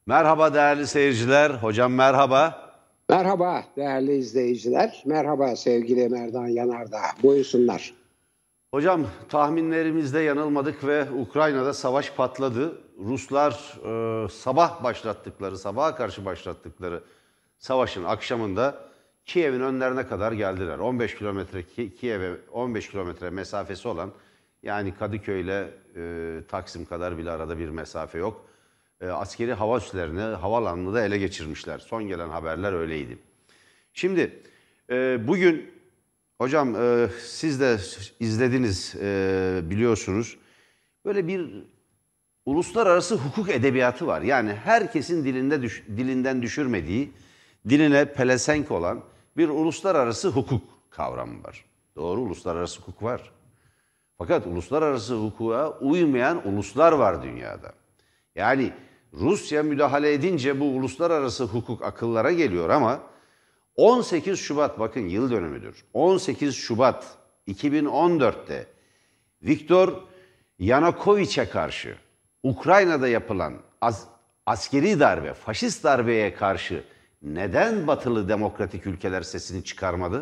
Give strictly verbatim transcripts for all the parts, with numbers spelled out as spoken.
Merhaba değerli seyirciler. Hocam merhaba. Merhaba değerli izleyiciler. Merhaba sevgili Merdan Yanardağ. Buyursunlar. Hocam tahminlerimizde yanılmadık ve Ukrayna'da savaş patladı. Ruslar e, sabah başlattıkları, sabaha karşı başlattıkları savaşın akşamında Kiev'in önlerine kadar geldiler. on beş kilometre Kiev'e on beş kilometre mesafesi olan, yani Kadıköy ile e, Taksim kadar bile arada bir mesafe yok. E, askeri hava üslerini, havalanını da ele geçirmişler. Son gelen haberler öyleydi. Şimdi e, bugün hocam e, siz de izlediniz, e, biliyorsunuz. Böyle bir uluslararası hukuk edebiyatı var. Yani herkesin dilinde düş, dilinden düşürmediği, diline pelesenk olan bir uluslararası hukuk kavramı var. Doğru, uluslararası hukuk var. Fakat uluslararası hukuka uymayan uluslar var dünyada. Yani Rusya müdahale edince bu uluslararası hukuk akıllara geliyor ama on sekiz Şubat, bakın yıl dönümüdür. on sekiz Şubat iki bin on dört'te Viktor Yanukovych'e karşı Ukrayna'da yapılan as askeri darbe, faşist darbeye karşı neden batılı demokratik ülkeler sesini çıkarmadı?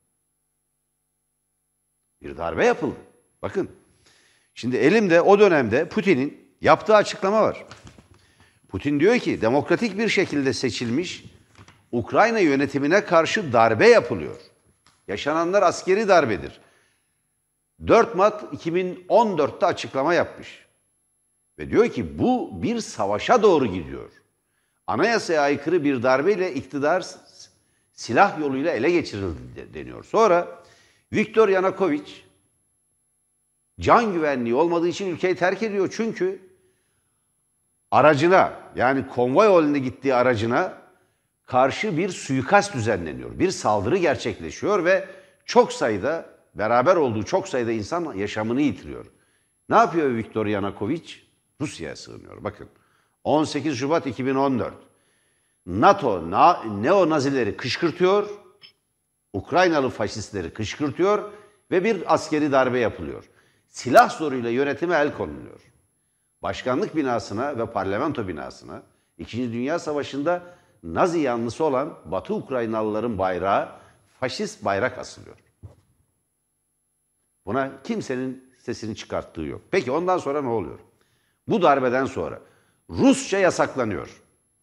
Bir darbe yapıldı. Bakın, şimdi elimde o dönemde Putin'in yaptığı açıklama var. Putin diyor ki demokratik bir şekilde seçilmiş Ukrayna yönetimine karşı darbe yapılıyor. Yaşananlar askeri darbedir. dört Mart iki bin on dört'te açıklama yapmış. Ve diyor ki bu bir savaşa doğru gidiyor. Anayasaya aykırı bir darbeyle iktidar silah yoluyla ele geçirildi deniyor. Sonra Viktor Yanukovych can güvenliği olmadığı için ülkeyi terk ediyor. Çünkü aracına, yani konvoy halinde gittiği aracına karşı bir suikast düzenleniyor. Bir saldırı gerçekleşiyor ve çok sayıda, beraber olduğu çok sayıda insan yaşamını yitiriyor. Ne yapıyor Viktor Yanukovych? Rusya'ya sığınıyor. Bakın, on sekiz Şubat iki bin on dört. NATO na, neo-nazileri kışkırtıyor, Ukraynalı faşistleri kışkırtıyor ve bir askeri darbe yapılıyor. Silah zoruyla yönetime el konuluyor. Başkanlık binasına ve parlamento binasına İkinci Dünya Savaşı'nda Nazi yanlısı olan Batı Ukraynalıların bayrağı, faşist bayrak asılıyor. Buna kimsenin sesini çıkarttığı yok. Peki ondan sonra ne oluyor? Bu darbeden sonra Rusça yasaklanıyor.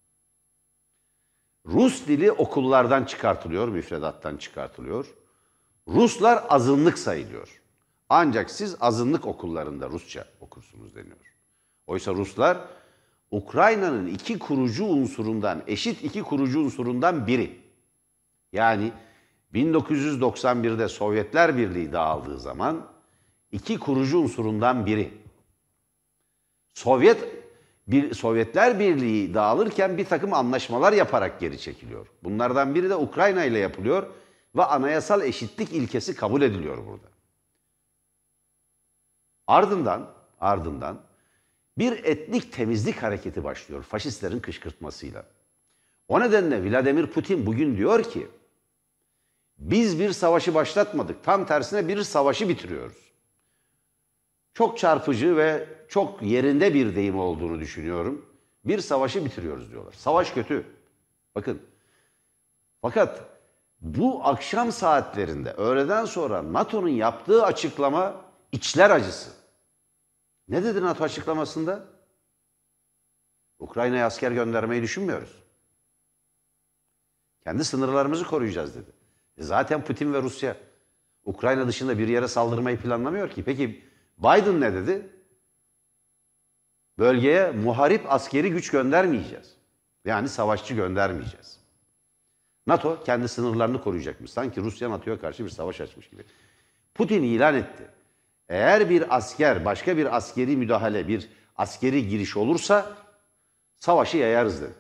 Rus dili okullardan çıkartılıyor, müfredattan çıkartılıyor. Ruslar azınlık sayılıyor. Ancak siz azınlık okullarında Rusça okursunuz deniyor. Oysa Ruslar Ukrayna'nın iki kurucu unsurundan, eşit iki kurucu unsurundan biri. Yani bin dokuz yüz doksan bir'de Sovyetler Birliği dağıldığı zaman iki kurucu unsurundan biri. Sovyet bir Sovyetler Birliği dağılırken bir takım anlaşmalar yaparak geri çekiliyor. Bunlardan biri de Ukrayna ile yapılıyor ve anayasal eşitlik ilkesi kabul ediliyor burada. Ardından, ardından bir etnik temizlik hareketi başlıyor faşistlerin kışkırtmasıyla. O nedenle Vladimir Putin bugün diyor ki, biz bir savaşı başlatmadık, tam tersine bir savaşı bitiriyoruz. Çok çarpıcı ve çok yerinde bir deyim olduğunu düşünüyorum. Bir savaşı bitiriyoruz diyorlar. Savaş kötü. Bakın, fakat bu akşam saatlerinde, öğleden sonra NATO'nun yaptığı açıklama içler acısı. Ne dedi NATO açıklamasında? Ukrayna'ya asker göndermeyi düşünmüyoruz. Kendi sınırlarımızı koruyacağız dedi. E zaten Putin ve Rusya Ukrayna dışında bir yere saldırmayı planlamıyor ki. Peki Biden ne dedi? Bölgeye muharip askeri güç göndermeyeceğiz. Yani savaşçı göndermeyeceğiz. NATO kendi sınırlarını koruyacakmış. Sanki Rusya NATO'ya karşı bir savaş açmış gibi. Putin ilan etti. Eğer bir asker, başka bir askeri müdahale, bir askeri giriş olursa savaşı yayarız dedi.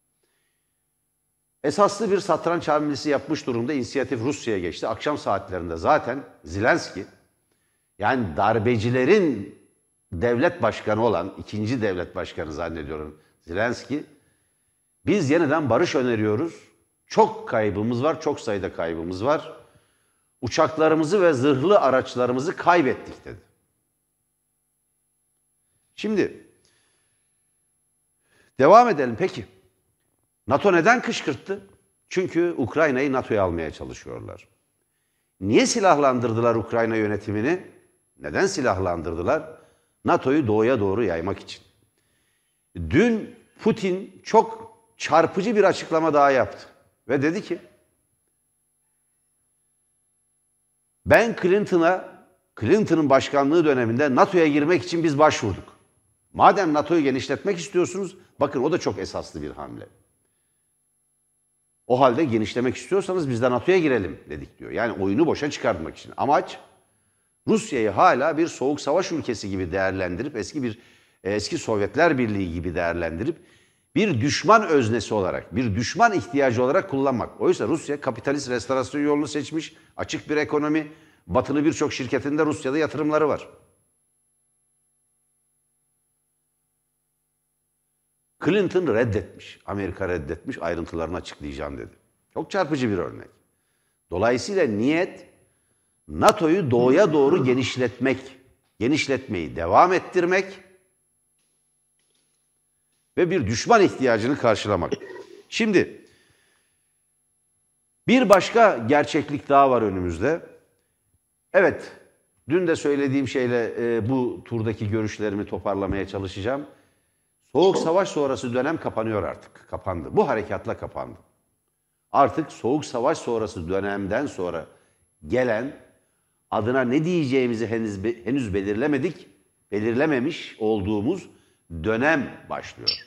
Esaslı bir satranç hamlesi yapmış durumda, inisiyatif Rusya'ya geçti. Akşam saatlerinde zaten Zelenski, yani darbecilerin devlet başkanı olan, ikinci devlet başkanı zannediyorum Zelenski, biz yeniden barış öneriyoruz. Çok kaybımız var, çok sayıda kaybımız var. Uçaklarımızı ve zırhlı araçlarımızı kaybettik dedi. Şimdi Devam edelim peki. NATO neden kışkırttı? Çünkü Ukrayna'yı NATO'ya almaya çalışıyorlar. Niye silahlandırdılar Ukrayna yönetimini? Neden silahlandırdılar? NATO'yu doğuya doğru yaymak için. Dün Putin çok çarpıcı bir açıklama daha yaptı. Ve dedi ki, ben Clinton'a, Clinton'ın başkanlığı döneminde NATO'ya girmek için biz başvurduk. Madem NATO'yu genişletmek istiyorsunuz, bakın o da çok esaslı bir hamle. O halde genişlemek istiyorsanız biz de NATO'ya girelim dedik diyor. Yani oyunu boşa çıkartmak için. Amaç Rusya'yı hala bir soğuk savaş ülkesi gibi değerlendirip, eski bir eski Sovyetler Birliği gibi değerlendirip bir düşman öznesi olarak, bir düşman ihtiyacı olarak kullanmak. Oysa Rusya kapitalist restorasyon yolunu seçmiş, açık bir ekonomi, batılı birçok şirketinde Rusya'da yatırımları var. Clinton reddetmiş, Amerika reddetmiş, ayrıntılarını açıklayacağım dedi. Çok çarpıcı bir örnek. Dolayısıyla niyet NATO'yu doğuya doğru genişletmek, genişletmeyi devam ettirmek ve bir düşman ihtiyacını karşılamak. Şimdi bir başka gerçeklik daha var önümüzde. Evet, dün de söylediğim şeyle e, bu turdaki görüşlerimi toparlamaya çalışacağım. Soğuk savaş sonrası dönem kapanıyor artık. Kapandı. Bu harekatla kapandı. Artık soğuk savaş sonrası dönemden sonra gelen, adına ne diyeceğimizi henüz, henüz belirlemedik, belirlememiş olduğumuz dönem başlıyor.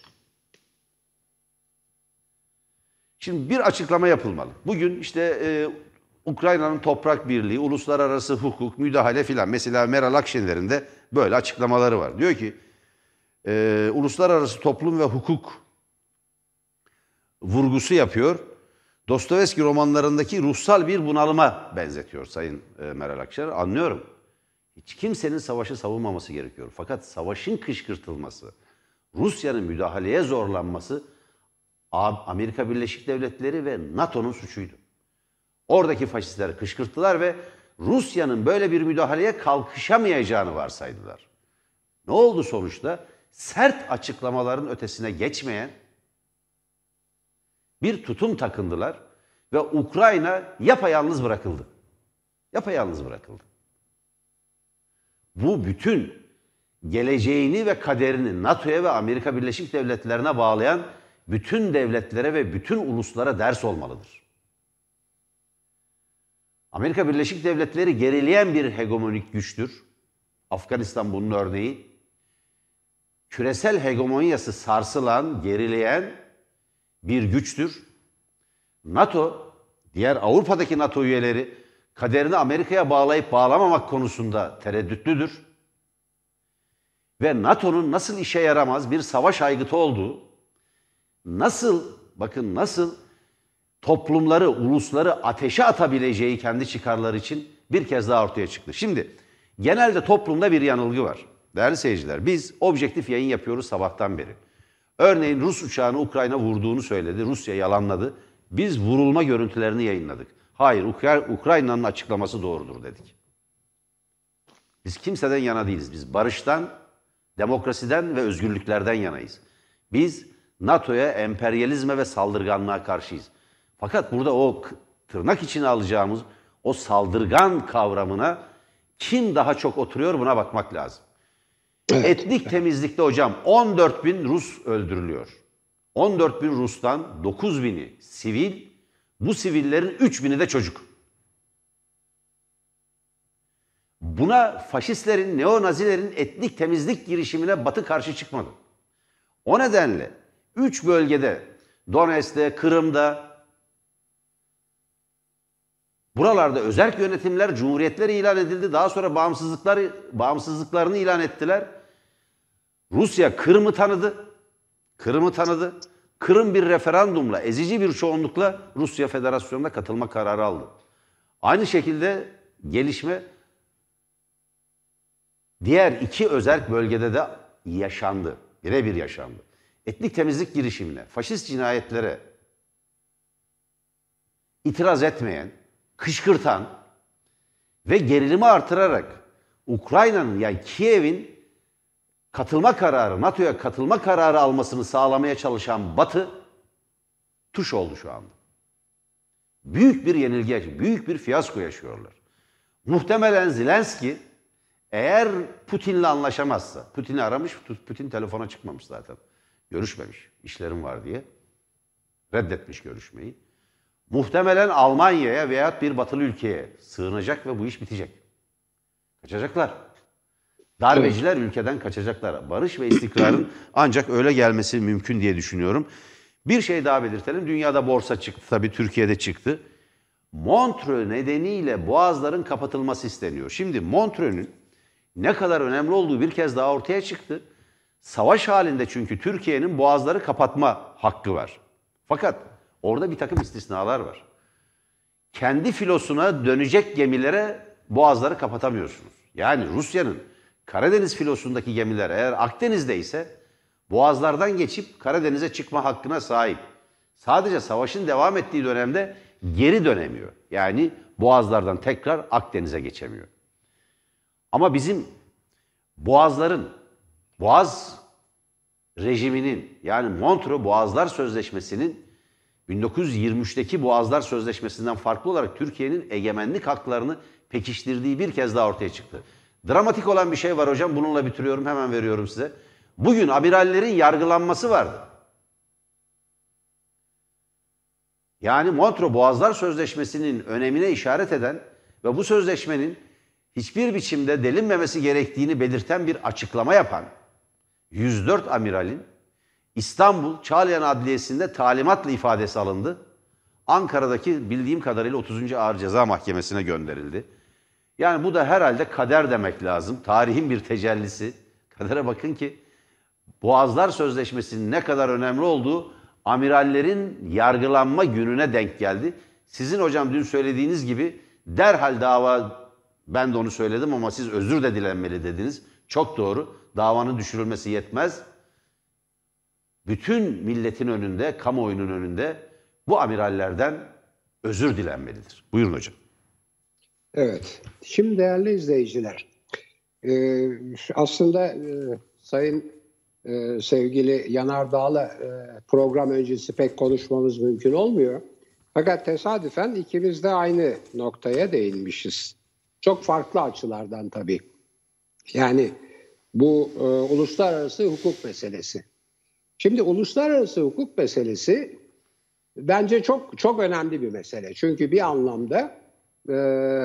Şimdi bir açıklama yapılmalı. Bugün işte e, Ukrayna'nın toprak birliği, uluslararası hukuk, müdahale filan. Mesela Meral Akşener'in de böyle açıklamaları var. Diyor ki, e, uluslararası toplum ve hukuk vurgusu yapıyor. Dostoyevski romanlarındaki ruhsal bir bunalıma benzetiyor Sayın e, Meral Akşener. Anlıyorum. Hiç kimsenin savaşı savunmaması gerekiyor. Fakat savaşın kışkırtılması, Rusya'nın müdahaleye zorlanması Amerika Birleşik Devletleri ve NATO'nun suçuydu. Oradaki faşistler kışkırttılar ve Rusya'nın böyle bir müdahaleye kalkışamayacağını varsaydılar. Ne oldu sonuçta? Sert açıklamaların ötesine geçmeyen bir tutum takındılar ve Ukrayna yapayalnız bırakıldı. Yapayalnız bırakıldı. Bu bütün geleceğini ve kaderini NATO'ya ve Amerika Birleşik Devletleri'ne bağlayan bütün devletlere ve bütün uluslara ders olmalıdır. Amerika Birleşik Devletleri gerileyen bir hegemonik güçtür. Afganistan bunun örneği. Küresel hegemonyası sarsılan, gerileyen bir güçtür. NATO, diğer Avrupa'daki NATO üyeleri kaderini Amerika'ya bağlayıp bağlamamak konusunda tereddütlüdür. Ve NATO'nun nasıl işe yaramaz bir savaş aygıtı olduğu, nasıl, bakın nasıl toplumları, ulusları ateşe atabileceği kendi çıkarları için bir kez daha ortaya çıktı. Şimdi genelde toplumda bir yanılgı var. Değerli seyirciler, biz objektif yayın yapıyoruz sabahtan beri. Örneğin Rus uçağını Ukrayna vurduğunu söyledi, Rusya yalanladı. Biz vurulma görüntülerini yayınladık. Hayır, Ukrayna'nın açıklaması doğrudur dedik. Biz kimseden yana değiliz. Biz barıştan, demokrasiden ve özgürlüklerden yanayız. Biz NATO'ya, emperyalizme ve saldırganlığa karşıyız. Fakat burada o tırnak içine alacağımız o saldırgan kavramına kim daha çok oturuyor buna bakmak lazım. Evet. Etnik temizlikte hocam on dört bin Rus öldürülüyor. on dört bin Rus'tan dokuz bini sivil, bu sivillerin üç bini de çocuk. Buna faşistlerin, neonazilerin etnik temizlik girişimine Batı karşı çıkmadı. O nedenle üç bölgede, Donetsk'te, Kırım'da, buralarda özerk yönetimler, cumhuriyetler ilan edildi. Daha sonra bağımsızlıkları, bağımsızlıklarını ilan ettiler. Rusya Kırım'ı tanıdı. Kırım'ı tanıdı. Kırım bir referandumla, ezici bir çoğunlukla Rusya Federasyonu'na katılma kararı aldı. Aynı şekilde gelişme diğer iki özerk bölgede de yaşandı. Birebir yaşandı. Etnik temizlik girişimine, faşist cinayetlere itiraz etmeyen, kışkırtan ve gerilimi artırarak Ukrayna'nın, yani Kiev'in katılma kararı, NATO'ya katılma kararı almasını sağlamaya çalışan Batı tuş oldu şu anda. Büyük bir yenilgi, büyük bir fiyasko yaşıyorlar. Muhtemelen Zelenski eğer Putin'le anlaşamazsa, Putin'i aramış, Putin telefona çıkmamış zaten. Görüşmemiş, işlerim var diye. Reddetmiş görüşmeyi. Muhtemelen Almanya'ya veyahut bir batılı ülkeye sığınacak ve bu iş bitecek. Kaçacaklar. Darbeciler ülkeden kaçacaklar. Barış ve istikrarın ancak öyle gelmesi mümkün diye düşünüyorum. Bir şey daha belirtelim. Dünyada borsa çıktı, tabii Türkiye'de çıktı. Montreux nedeniyle boğazların kapatılması isteniyor. Şimdi Montreux'ün ne kadar önemli olduğu bir kez daha ortaya çıktı. Savaş halinde çünkü Türkiye'nin boğazları kapatma hakkı var. Fakat orada bir takım istisnalar var. Kendi filosuna dönecek gemilere boğazları kapatamıyorsunuz. Yani Rusya'nın Karadeniz filosundaki gemiler eğer Akdeniz'de ise boğazlardan geçip Karadeniz'e çıkma hakkına sahip. Sadece savaşın devam ettiği dönemde geri dönemiyor. Yani boğazlardan tekrar Akdeniz'e geçemiyor. Ama bizim boğazların, boğaz rejiminin yani Montreux Boğazlar Sözleşmesi'nin bin dokuz yüz yirmi üçteki Boğazlar Sözleşmesi'nden farklı olarak Türkiye'nin egemenlik haklarını pekiştirdiği bir kez daha ortaya çıktı. Dramatik olan bir şey var hocam. Bununla bitiriyorum. Hemen veriyorum size. Bugün amirallerin yargılanması vardı. Yani Montreux Boğazlar Sözleşmesi'nin önemine işaret eden ve bu sözleşmenin hiçbir biçimde delinmemesi gerektiğini belirten bir açıklama yapan yüz dört amiralin İstanbul Çağlayan Adliyesi'nde talimatla ifadesi alındı. Ankara'daki bildiğim kadarıyla otuzuncu Ağır Ceza Mahkemesi'ne gönderildi. Yani bu da herhalde kader demek lazım. Tarihin bir tecellisi. Kadere bakın ki Boğazlar Sözleşmesi'nin ne kadar önemli olduğu amirallerin yargılanma gününe denk geldi. Sizin hocam dün söylediğiniz gibi derhal dava, ben de onu söyledim ama siz özür de dilenmeli dediniz. Çok doğru. Davanın düşürülmesi yetmez. Bütün milletin önünde, kamuoyunun önünde bu amirallerden özür dilenmelidir. Buyurun hocam. Evet. Şimdi değerli izleyiciler, e, aslında e, Sayın e, sevgili Yanardağ'la e, program öncesi pek konuşmamız mümkün olmuyor. Fakat tesadüfen ikimiz de aynı noktaya değinmişiz. Çok farklı açılardan tabii. Yani bu e, uluslararası hukuk meselesi. Şimdi uluslararası hukuk meselesi bence çok çok önemli bir mesele. Çünkü bir anlamda e,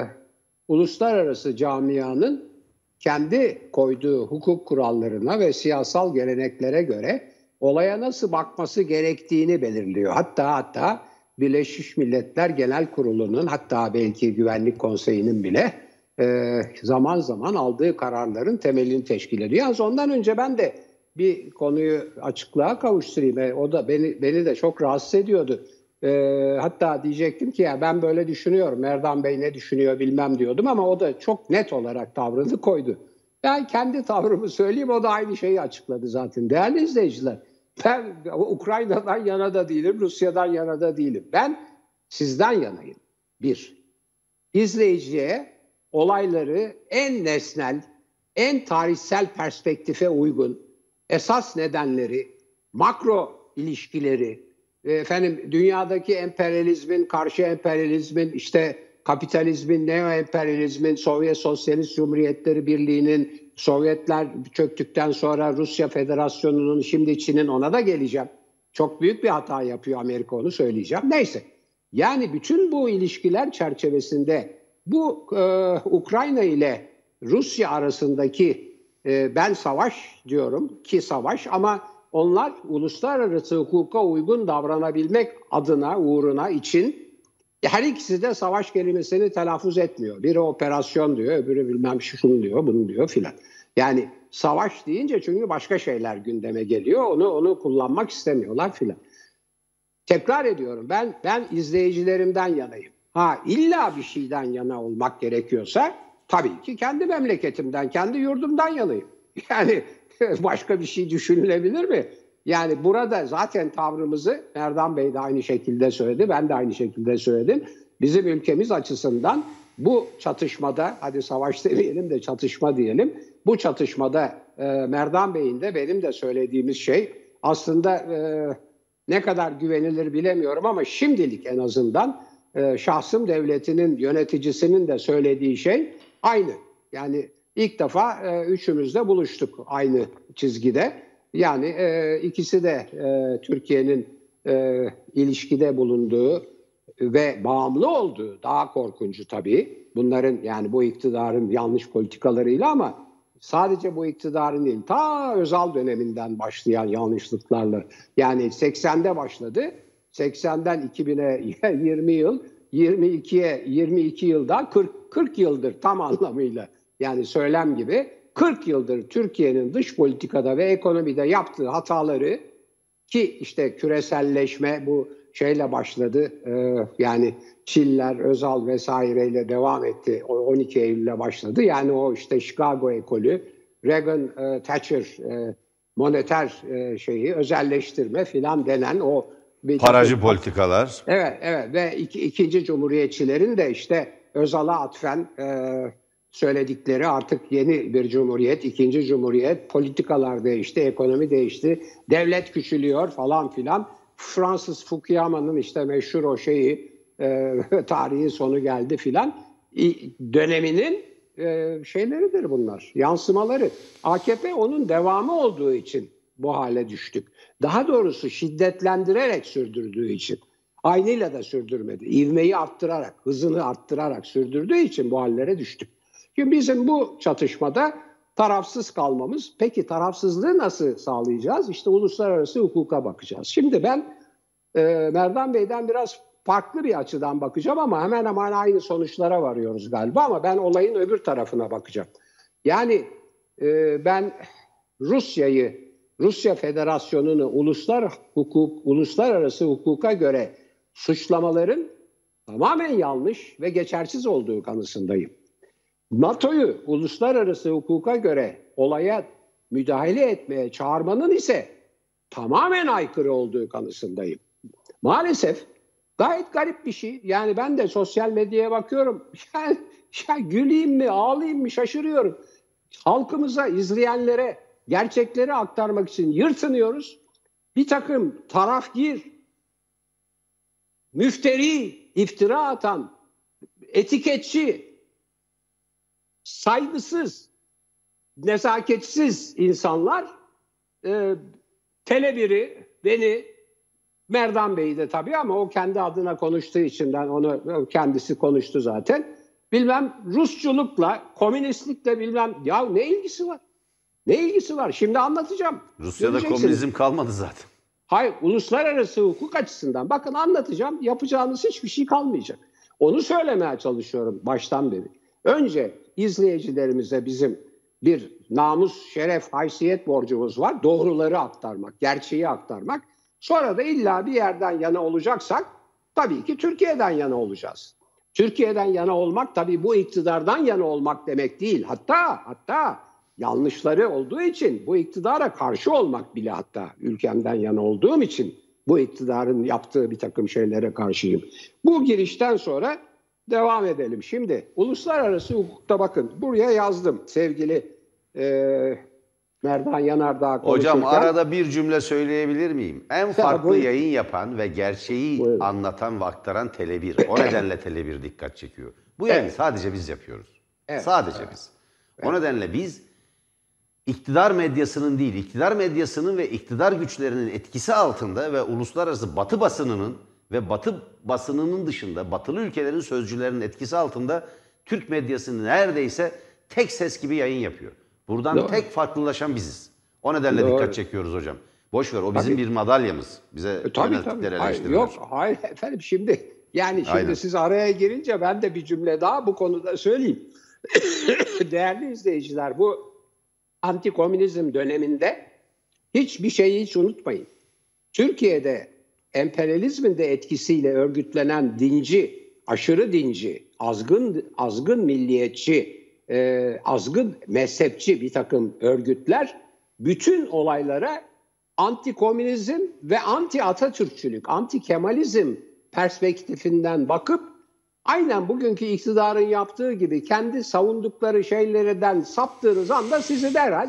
uluslararası camianın kendi koyduğu hukuk kurallarına ve siyasal geleneklere göre olaya nasıl bakması gerektiğini belirliyor. Hatta hatta Birleşmiş Milletler Genel Kurulu'nun, hatta belki Güvenlik Konseyi'nin bile e, zaman zaman aldığı kararların temelini teşkil ediyor. Yalnız ondan önce ben de bir konuyu açıklığa kavuşturayım. E, o da beni beni de çok rahatsız ediyordu. E, hatta diyecektim ki ya ben böyle düşünüyorum. Merdan Bey ne düşünüyor bilmem diyordum ama o da çok net olarak tavrını koydu. Ben kendi tavrımı söyleyeyim, o da aynı şeyi açıkladı zaten. Değerli izleyiciler, ben Ukrayna'dan yana da değilim, Rusya'dan yana da değilim. Ben sizden yanayım. Bir, izleyiciye olayları en nesnel, en tarihsel perspektife uygun, esas nedenleri, makro ilişkileri, efendim dünyadaki emperyalizmin, karşı emperyalizmin, işte kapitalizmin, neo-emperyalizmin, Sovyet Sosyalist Cumhuriyetleri Birliği'nin, Sovyetler çöktükten sonra Rusya Federasyonu'nun, şimdi Çin'in, ona da geleceğim. Çok büyük bir hata yapıyor Amerika, onu söyleyeceğim. Neyse. Yani bütün bu ilişkiler çerçevesinde bu e, Ukrayna ile Rusya arasındaki e, ben savaş diyorum ki savaş, ama onlar uluslararası hukuka uygun davranabilmek adına, uğruna, için her ikisi de savaş kelimesini telaffuz etmiyor. Biri operasyon diyor, öbürü bilmem şunu diyor, bunu diyor filan. Yani savaş deyince çünkü başka şeyler gündeme geliyor. Onu onu kullanmak istemiyorlar filan. Tekrar ediyorum, ben ben izleyicilerimden yanayım. Ha, illa bir şeyden yana olmak gerekiyorsa tabii ki kendi memleketimden, kendi yurdumdan yanayım. Yani başka bir şey düşünülebilir mi? Yani burada zaten tavrımızı Merdan Bey de aynı şekilde söyledi, ben de aynı şekilde söyledim. Bizim ülkemiz açısından bu çatışmada, hadi savaş demeyelim de çatışma diyelim, bu çatışmada e, Merdan Bey'in de benim de söylediğimiz şey aslında e, ne kadar güvenilir bilemiyorum ama şimdilik en azından e, şahsım devletinin yöneticisinin de söylediği şey aynı. Yani ilk defa e, üçümüz de buluştuk aynı çizgide. Yani e, ikisi de e, Türkiye'nin e, ilişkide bulunduğu ve bağımlı olduğu, daha korkuncu tabii. Bunların, yani bu iktidarın yanlış politikalarıyla, ama sadece bu iktidarın değil, ta Özal döneminden başlayan yanlışlıklarla. Yani seksende başladı. seksenden iki bine yirmi yıl, yirmi ikiye yirmi iki yılda kırk, kırk yıldır tam anlamıyla, yani söylem gibi kırk yıldır Türkiye'nin dış politikada ve ekonomide yaptığı hataları, ki işte küreselleşme bu şeyle başladı. Ee, yani Çiller, Özal vesaireyle devam etti. O on iki Eylül'le başladı. Yani o işte Chicago ekolü, Reagan, e, Thatcher e, moneter e, şeyi, özelleştirme filan denen o bir Paracı takım, politikalar. Evet, evet ve iki, ikinci cumhuriyetçilerin de işte Özal'a atfen e, söyledikleri, artık yeni bir cumhuriyet, ikinci cumhuriyet, politikalar değişti, ekonomi değişti, devlet küçülüyor falan filan. Fransız Fukuyama'nın işte meşhur o şeyi, e, tarihin sonu geldi filan döneminin e, şeyleridir bunlar, yansımaları. A K P onun devamı olduğu için bu hale düştük. Daha doğrusu şiddetlendirerek sürdürdüğü için. Aynıyla da sürdürmedi. İvmeyi arttırarak, hızını arttırarak sürdürdüğü için bu hallere düştük. Şimdi bizim bu çatışmada tarafsız kalmamız, peki tarafsızlığı nasıl sağlayacağız? İşte uluslararası hukuka bakacağız. Şimdi ben e, Merdan Bey'den biraz farklı bir açıdan bakacağım ama hemen hemen aynı sonuçlara varıyoruz galiba, ama ben olayın öbür tarafına bakacağım. Yani e, ben Rusya'yı, Rusya Federasyonu'nu uluslar hukuk, uluslararası hukuka göre suçlamaların tamamen yanlış ve geçersiz olduğu kanısındayım. NATO'yu uluslararası hukuka göre olaya müdahale etmeye çağırmanın ise tamamen aykırı olduğu kanısındayım. Maalesef gayet garip bir şey. Yani ben de sosyal medyaya bakıyorum. Ya, ya güleyim mi, ağlayayım mı şaşırıyorum. Halkımıza, izleyenlere gerçekleri aktarmak için yırtınıyoruz. Bir takım tarafgir, müfteri, iftira atan, etiketçi, saygısız, nezaketsiz insanlar e, Tele bir'i, beni, Merdan Bey'i de tabii, ama o kendi adına konuştuğu için ben onu, kendisi konuştu zaten. Bilmem Rusçulukla, komünistlikle bilmem, ya ne ilgisi var? Ne ilgisi var? Şimdi anlatacağım. Rusya'da komünizm kalmadı zaten. Hayır, uluslararası hukuk açısından bakın anlatacağım. Yapacağınız hiçbir şey kalmayacak. Onu söylemeye çalışıyorum baştan beri. Önce izleyicilerimize bizim bir namus, şeref, haysiyet borcumuz var. Doğruları aktarmak, gerçeği aktarmak. Sonra da illa bir yerden yana olacaksak tabii ki Türkiye'den yana olacağız. Türkiye'den yana olmak tabii bu iktidardan yana olmak demek değil. Hatta hatta yanlışları olduğu için bu iktidara karşı olmak bile, hatta ülkemden yana olduğum için bu iktidarın yaptığı bir takım şeylere karşıyım. Bu girişten sonra devam edelim. Şimdi uluslararası hukukta bakın buraya yazdım sevgili e, Merdan Yanardağ konuşurken. Hocam arada bir cümle söyleyebilir miyim? En farklı buyurun. yayın yapan ve gerçeği Buyurun. anlatan ve aktaran Tele bir. O nedenle Tele bir dikkat çekiyor. Bu yayını Evet. sadece biz yapıyoruz. Evet. Sadece biz. O nedenle biz iktidar medyasının değil, iktidar medyasının ve iktidar güçlerinin etkisi altında ve uluslararası Batı basınının ve Batı basınının dışında Batılı ülkelerin sözcülerinin etkisi altında Türk medyasının neredeyse tek ses gibi yayın yapıyor. Buradan Doğru. tek farklılaşan biziz. O nedenle Doğru. dikkat çekiyoruz hocam. Boş ver, o bizim Tabii. bir madalyamız. Bize E, tabii yönelttikleri tabii. Hayır, eleştiriler. yok, hayır efendim, şimdi yani şimdi Aynen. siz araya girince ben de bir cümle daha bu konuda söyleyeyim. Değerli izleyiciler, bu antikomünizm döneminde hiçbir şeyi hiç unutmayın. Türkiye'de emperyalizmin de etkisiyle örgütlenen dinci, aşırı dinci, azgın azgın milliyetçi, e, azgın mezhepçi bir takım örgütler bütün olaylara antikomünizm ve anti Atatürkçülük, anti Kemalizm perspektifinden bakıp aynen bugünkü iktidarın yaptığı gibi kendi savundukları şeylerden saptığınız anda sizi derhal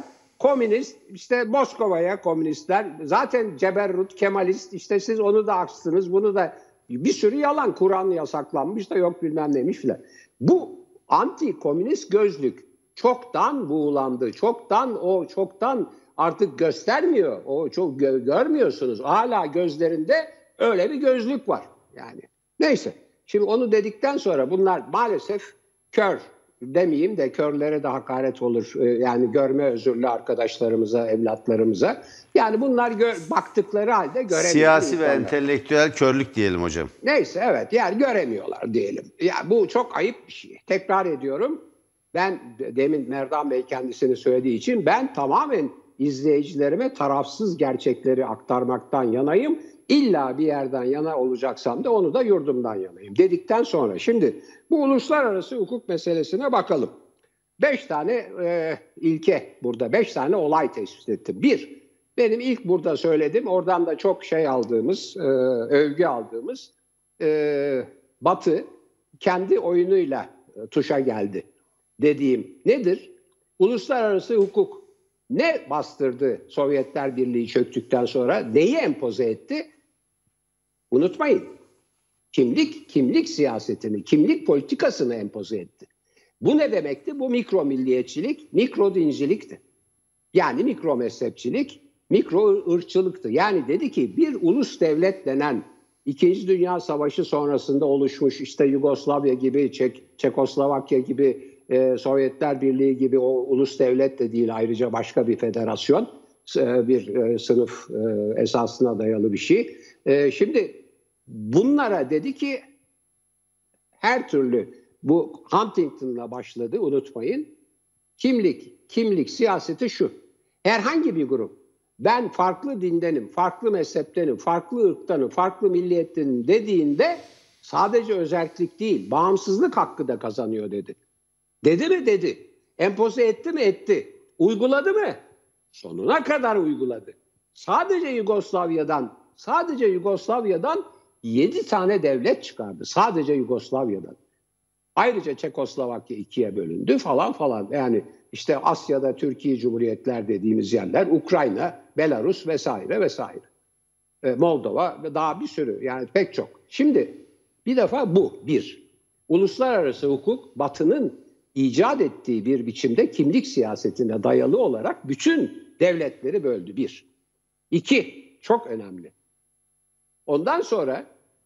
komünist, işte Moskova'ya komünistler, zaten ceberrut, Kemalist, işte siz onu da aksınız, bunu da bir sürü yalan, Kur'an yasaklanmış da yok bilmem neymiş filan. Bu anti-komünist gözlük çoktan buğulandı, çoktan o çoktan artık göstermiyor, o çok gö- görmüyorsunuz. Hala gözlerinde öyle bir gözlük var yani. Neyse, şimdi onu dedikten sonra bunlar maalesef kör. Demeyeyim de körlere de hakaret olur. Ee, yani görme özürlü arkadaşlarımıza, evlatlarımıza. Yani bunlar gö- baktıkları halde göremiyor. Siyasi insanlar. ve entelektüel körlük diyelim hocam. Neyse evet yani göremiyorlar diyelim. Ya bu çok ayıp bir şey. Tekrar ediyorum. Ben demin Merdan Bey kendisini söylediği için ben tamamen izleyicilerime tarafsız gerçekleri aktarmaktan yanayım. İlla bir yerden yana olacaksam da onu da yurdumdan yanayım dedikten sonra şimdi bu uluslararası hukuk meselesine bakalım. Beş tane e, ilke burada, beş tane olay tespit ettim. Bir, benim ilk burada söyledim, oradan da çok şey aldığımız, e, övgü aldığımız e, Batı kendi oyunuyla e, tuşa geldi dediğim nedir? Uluslararası hukuk ne bastırdı Sovyetler Birliği çöktükten sonra? Neyi empoze etti? Unutmayın. Kimlik, kimlik siyasetini, kimlik politikasını empoze etti. Bu ne demekti? Bu mikro milliyetçilik, mikro dincilikti. Yani mikro mezhepçilik, mikro ırkçılıktı. Yani dedi ki bir ulus devlet denen İkinci Dünya Savaşı sonrasında oluşmuş işte Yugoslavya gibi, Çek, Çekoslovakya gibi, e, Sovyetler Birliği gibi o ulus devlet de değil ayrıca başka bir federasyon, e, bir e, sınıf e, esasına dayalı bir şey. E, şimdi bunlara dedi ki her türlü bu Huntington'la başladı unutmayın. Kimlik, kimlik siyaseti şu. Herhangi bir grup ben farklı dindenim, farklı mezheptenim, farklı ırktanım, farklı milliyettenim dediğinde sadece özerklik değil, bağımsızlık hakkı da kazanıyor dedi. Dedi mi? Dedi. Empoze etti mi? Etti. Uyguladı mı? Sonuna kadar uyguladı. Sadece Yugoslavya'dan, sadece Yugoslavya'dan yedi tane devlet çıkardı. Sadece Yugoslavya'dan. Ayrıca Çekoslovakya ikiye bölündü falan falan. Yani işte Asya'da Türkiye Cumhuriyetler dediğimiz yerler, Ukrayna, Belarus vesaire vesaire. E, Moldova ve daha bir sürü yani pek çok. Şimdi bir defa bu bir. Uluslararası hukuk Batı'nın icat ettiği bir biçimde kimlik siyasetine dayalı olarak bütün devletleri böldü. Bir. İki, çok önemli. Ondan sonra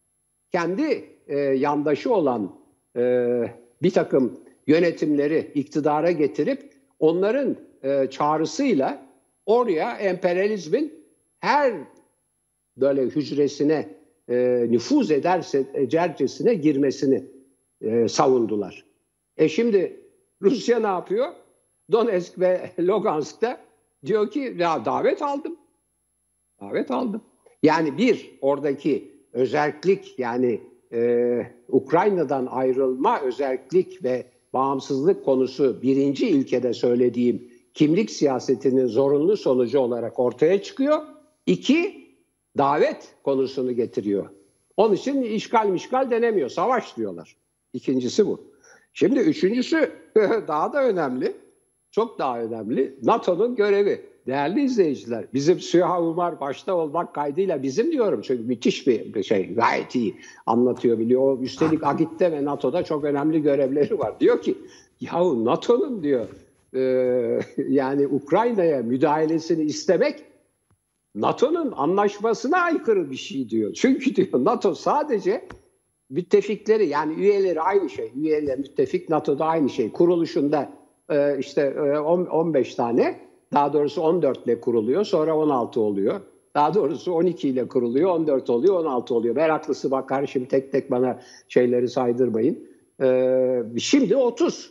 kendi e, yandaşı olan e, bir takım yönetimleri iktidara getirip onların e, çağrısıyla oraya emperyalizmin her böyle hücresine e, nüfuz ederse ecercesine girmesini e, savundular. E şimdi Rusya ne yapıyor? Donetsk ve Lugansk'ta diyor ki ya davet aldım. Davet aldım. Yani bir oradaki özerklik yani e, Ukrayna'dan ayrılma özerklik ve bağımsızlık konusu birinci ilkede söylediğim kimlik siyasetinin zorunlu sonucu olarak ortaya çıkıyor. İki, davet konusunu getiriyor. Onun için işgal mişgal denemiyor. Savaş diyorlar. İkincisi bu. Şimdi üçüncüsü daha da önemli. Çok daha önemli. NATO'nun görevi. Değerli izleyiciler, bizim Süha Umar başta olmak kaydıyla bizim diyorum çünkü müthiş bir şey, gayet iyi anlatıyor biliyor. Üstelik A G İ T'te ve NATO'da çok önemli görevleri var. Diyor ki, yahu NATO'nun diyor e, yani Ukrayna'ya müdahalesini istemek NATO'nun anlaşmasına aykırı bir şey diyor. Çünkü diyor NATO sadece müttefikleri yani üyeleri aynı şey. Üyeler müttefik NATO'da aynı şey. Kuruluşunda e, işte e, on beş tane. Daha doğrusu on dört ile kuruluyor, sonra on altı oluyor. Daha doğrusu on iki ile kuruluyor, on dört oluyor, on altı oluyor. Meraklısı bakar, şimdi tek tek bana şeyleri saydırmayın. Ee, şimdi otuz.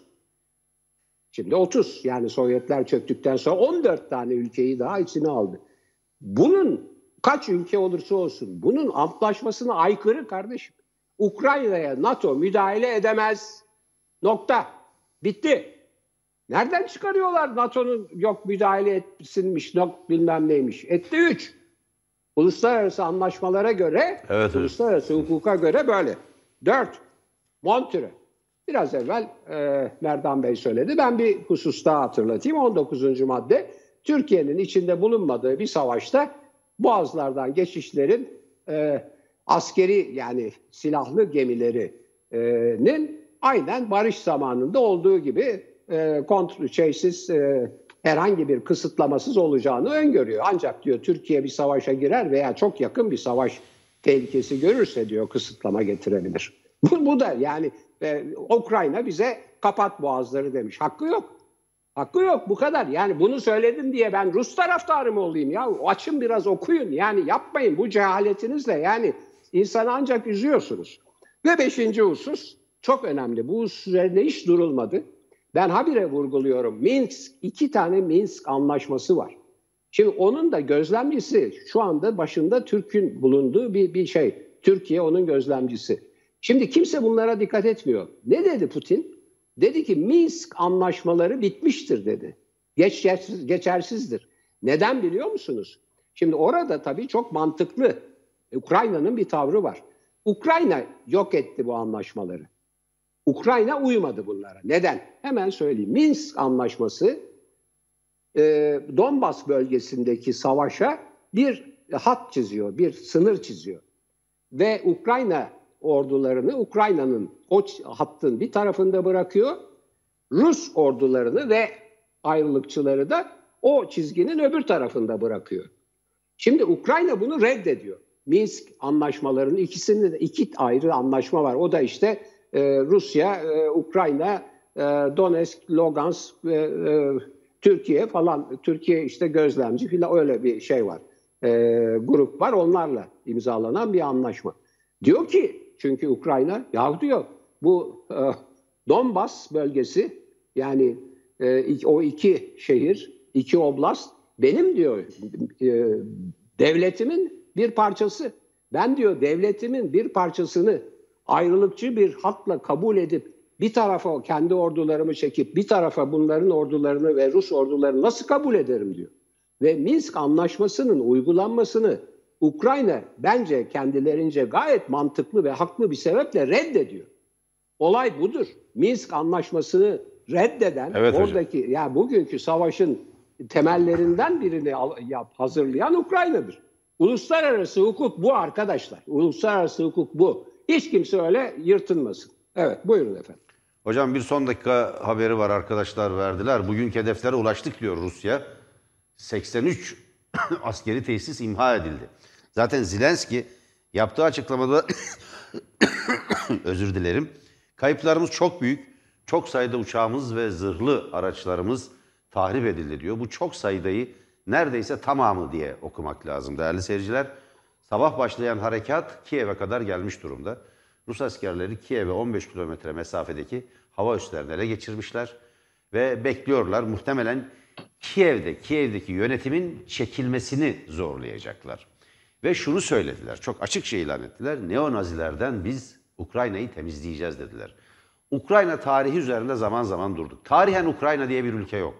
Şimdi otuz. Yani Sovyetler çöktükten sonra on dört tane ülkeyi daha içine aldı. Bunun kaç ülke olursa olsun, bunun antlaşmasına aykırı kardeşim. Ukrayna'ya NATO müdahale edemez. Nokta. Bitti. Nereden çıkarıyorlar NATO'nun yok müdahale etsinmiş, yok bilmem neymiş. Etti üç. Uluslararası anlaşmalara göre, evet, uluslararası evet. hukuka göre böyle. Dört. Montreux. Biraz evvel e, Merdan Bey söyledi. Ben bir husus daha hatırlatayım. on dokuzuncu madde. Türkiye'nin içinde bulunmadığı bir savaşta boğazlardan geçişlerin e, askeri yani silahlı gemilerinin aynen barış zamanında olduğu gibi e, kontrol şeysiz e, herhangi bir kısıtlamasız olacağını öngörüyor. Ancak diyor Türkiye bir savaşa girer veya çok yakın bir savaş tehlikesi görürse diyor kısıtlama getirebilir. Bu, bu da yani e, Ukrayna bize kapat boğazları demiş. Hakkı yok. Hakkı yok bu kadar. Yani bunu söyledim diye ben Rus taraftarı mı olayım ya? Açın biraz okuyun. Yani yapmayın bu cehaletinizle. Yani insanı ancak üzüyorsunuz. Ve beşinci husus çok önemli. Bu husus üzerinde hiç durulmadı. Ben habire vurguluyorum. Minsk, iki tane Minsk anlaşması var. Şimdi onun da gözlemcisi şu anda başında Türk'ün bulunduğu bir, bir şey. Türkiye onun gözlemcisi. Şimdi kimse bunlara dikkat etmiyor. Ne dedi Putin? Dedi ki Minsk anlaşmaları bitmiştir dedi. Geçersiz, geçersizdir. Neden biliyor musunuz? Şimdi orada tabii çok mantıklı. Ukrayna'nın bir tavrı var. Ukrayna yok etti bu anlaşmaları. Ukrayna uymadı bunlara. Neden? Hemen söyleyeyim. Minsk anlaşması e, Donbas bölgesindeki savaşa bir hat çiziyor, bir sınır çiziyor. Ve Ukrayna ordularını Ukrayna'nın o hattın bir tarafında bırakıyor. Rus ordularını ve ayrılıkçıları da o çizginin öbür tarafında bırakıyor. Şimdi Ukrayna bunu reddediyor. Minsk anlaşmalarının ikisinde de iki ayrı anlaşma var. O da işte e, Rusya, e, Ukrayna, e, Donetsk, Lugansk, e, e, Türkiye falan. Türkiye işte gözlemci falan öyle bir şey var. E, grup var onlarla imzalanan bir anlaşma. Diyor ki çünkü Ukrayna ya diyor bu e, Donbas bölgesi yani e, o iki şehir, iki oblast benim diyor e, devletimin bir parçası. Ben diyor devletimin bir parçasını ayrılıkçı bir hatla kabul edip bir tarafa kendi ordularımı çekip bir tarafa bunların ordularını ve Rus ordularını nasıl kabul ederim diyor. Ve Minsk anlaşmasının uygulanmasını Ukrayna bence kendilerince gayet mantıklı ve haklı bir sebeple reddediyor. Olay budur. Minsk anlaşmasını reddeden Evet oradaki ya yani bugünkü savaşın temellerinden birini yap, hazırlayan Ukrayna'dır. Uluslararası hukuk bu arkadaşlar. Uluslararası hukuk bu. Hiç kimse öyle yırtınmasın. Evet buyurun efendim. Hocam bir son dakika haberi var arkadaşlar verdiler. Bugünkü hedeflere ulaştık diyor Rusya. seksen üç askeri tesis imha edildi. Zaten Zelenski yaptığı açıklamada özür dilerim. Kayıplarımız çok büyük. Çok sayıda uçağımız ve zırhlı araçlarımız tahrip edildi diyor. Bu çok sayıdayı neredeyse tamamı diye okumak lazım değerli seyirciler. Sabah başlayan harekat Kiev'e kadar gelmiş durumda. Rus askerleri Kiev'e on beş kilometre mesafedeki hava üslerini ele geçirmişler ve bekliyorlar. Muhtemelen Kiev'de, Kiev'deki yönetimin çekilmesini zorlayacaklar. Ve şunu söylediler, çok açıkça ilan ettiler. Neonazilerden biz Ukrayna'yı temizleyeceğiz dediler. Ukrayna tarihi üzerinde zaman zaman durduk. Tarihen Ukrayna diye bir ülke yok.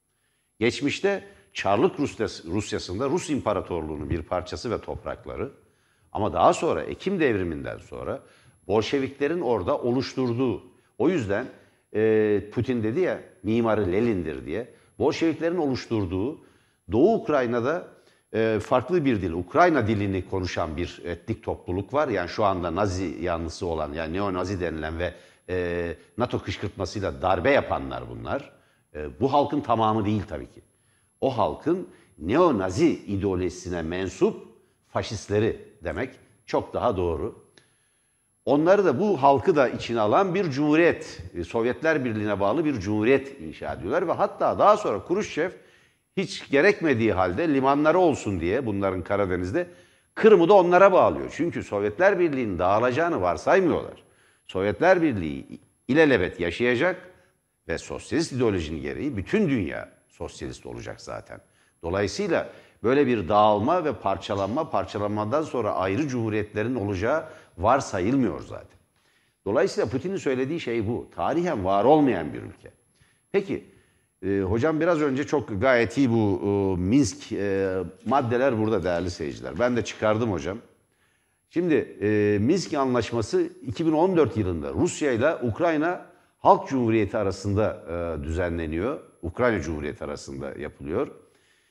Geçmişte Çarlık Rusyası, Rusyası'nda Rus İmparatorluğu'nun bir parçası ve toprakları. Ama daha sonra Ekim devriminden sonra Bolşeviklerin orada oluşturduğu, o yüzden e, Putin dedi ya mimarı Lenin'dir diye, Bolşeviklerin oluşturduğu Doğu Ukrayna'da e, farklı bir dil, Ukrayna dilini konuşan bir etnik topluluk var. Yani şu anda Nazi yanlısı olan, yani neo-Nazi denilen ve e, NATO kışkırtmasıyla darbe yapanlar bunlar. E, bu halkın tamamı değil tabii ki. O halkın neo-Nazi ideolojisine mensup faşistleri demek çok daha doğru. Onları da bu halkı da içine alan bir cumhuriyet, Sovyetler Birliği'ne bağlı bir cumhuriyet inşa ediyorlar. Ve hatta daha sonra Kruşçev hiç gerekmediği halde limanları olsun diye bunların Karadeniz'de Kırım'ı da onlara bağlıyor. Çünkü Sovyetler Birliği'nin dağılacağını varsaymıyorlar. Sovyetler Birliği ilelebet yaşayacak ve sosyalist ideolojinin gereği bütün dünya sosyalist olacak zaten. Dolayısıyla böyle bir dağılma ve parçalanma, parçalanmadan sonra ayrı cumhuriyetlerin olacağı varsayılmıyor zaten. Dolayısıyla Putin'in söylediği şey bu. Tarihen var olmayan bir ülke. Peki, e, hocam biraz önce çok gayet iyi bu e, Minsk e, maddeler burada değerli seyirciler. Ben de çıkardım hocam. Şimdi e, Minsk Anlaşması iki bin on dört yılında Rusya ile Ukrayna Halk Cumhuriyeti arasında e, düzenleniyor. Ukrayna Cumhuriyeti arasında yapılıyor.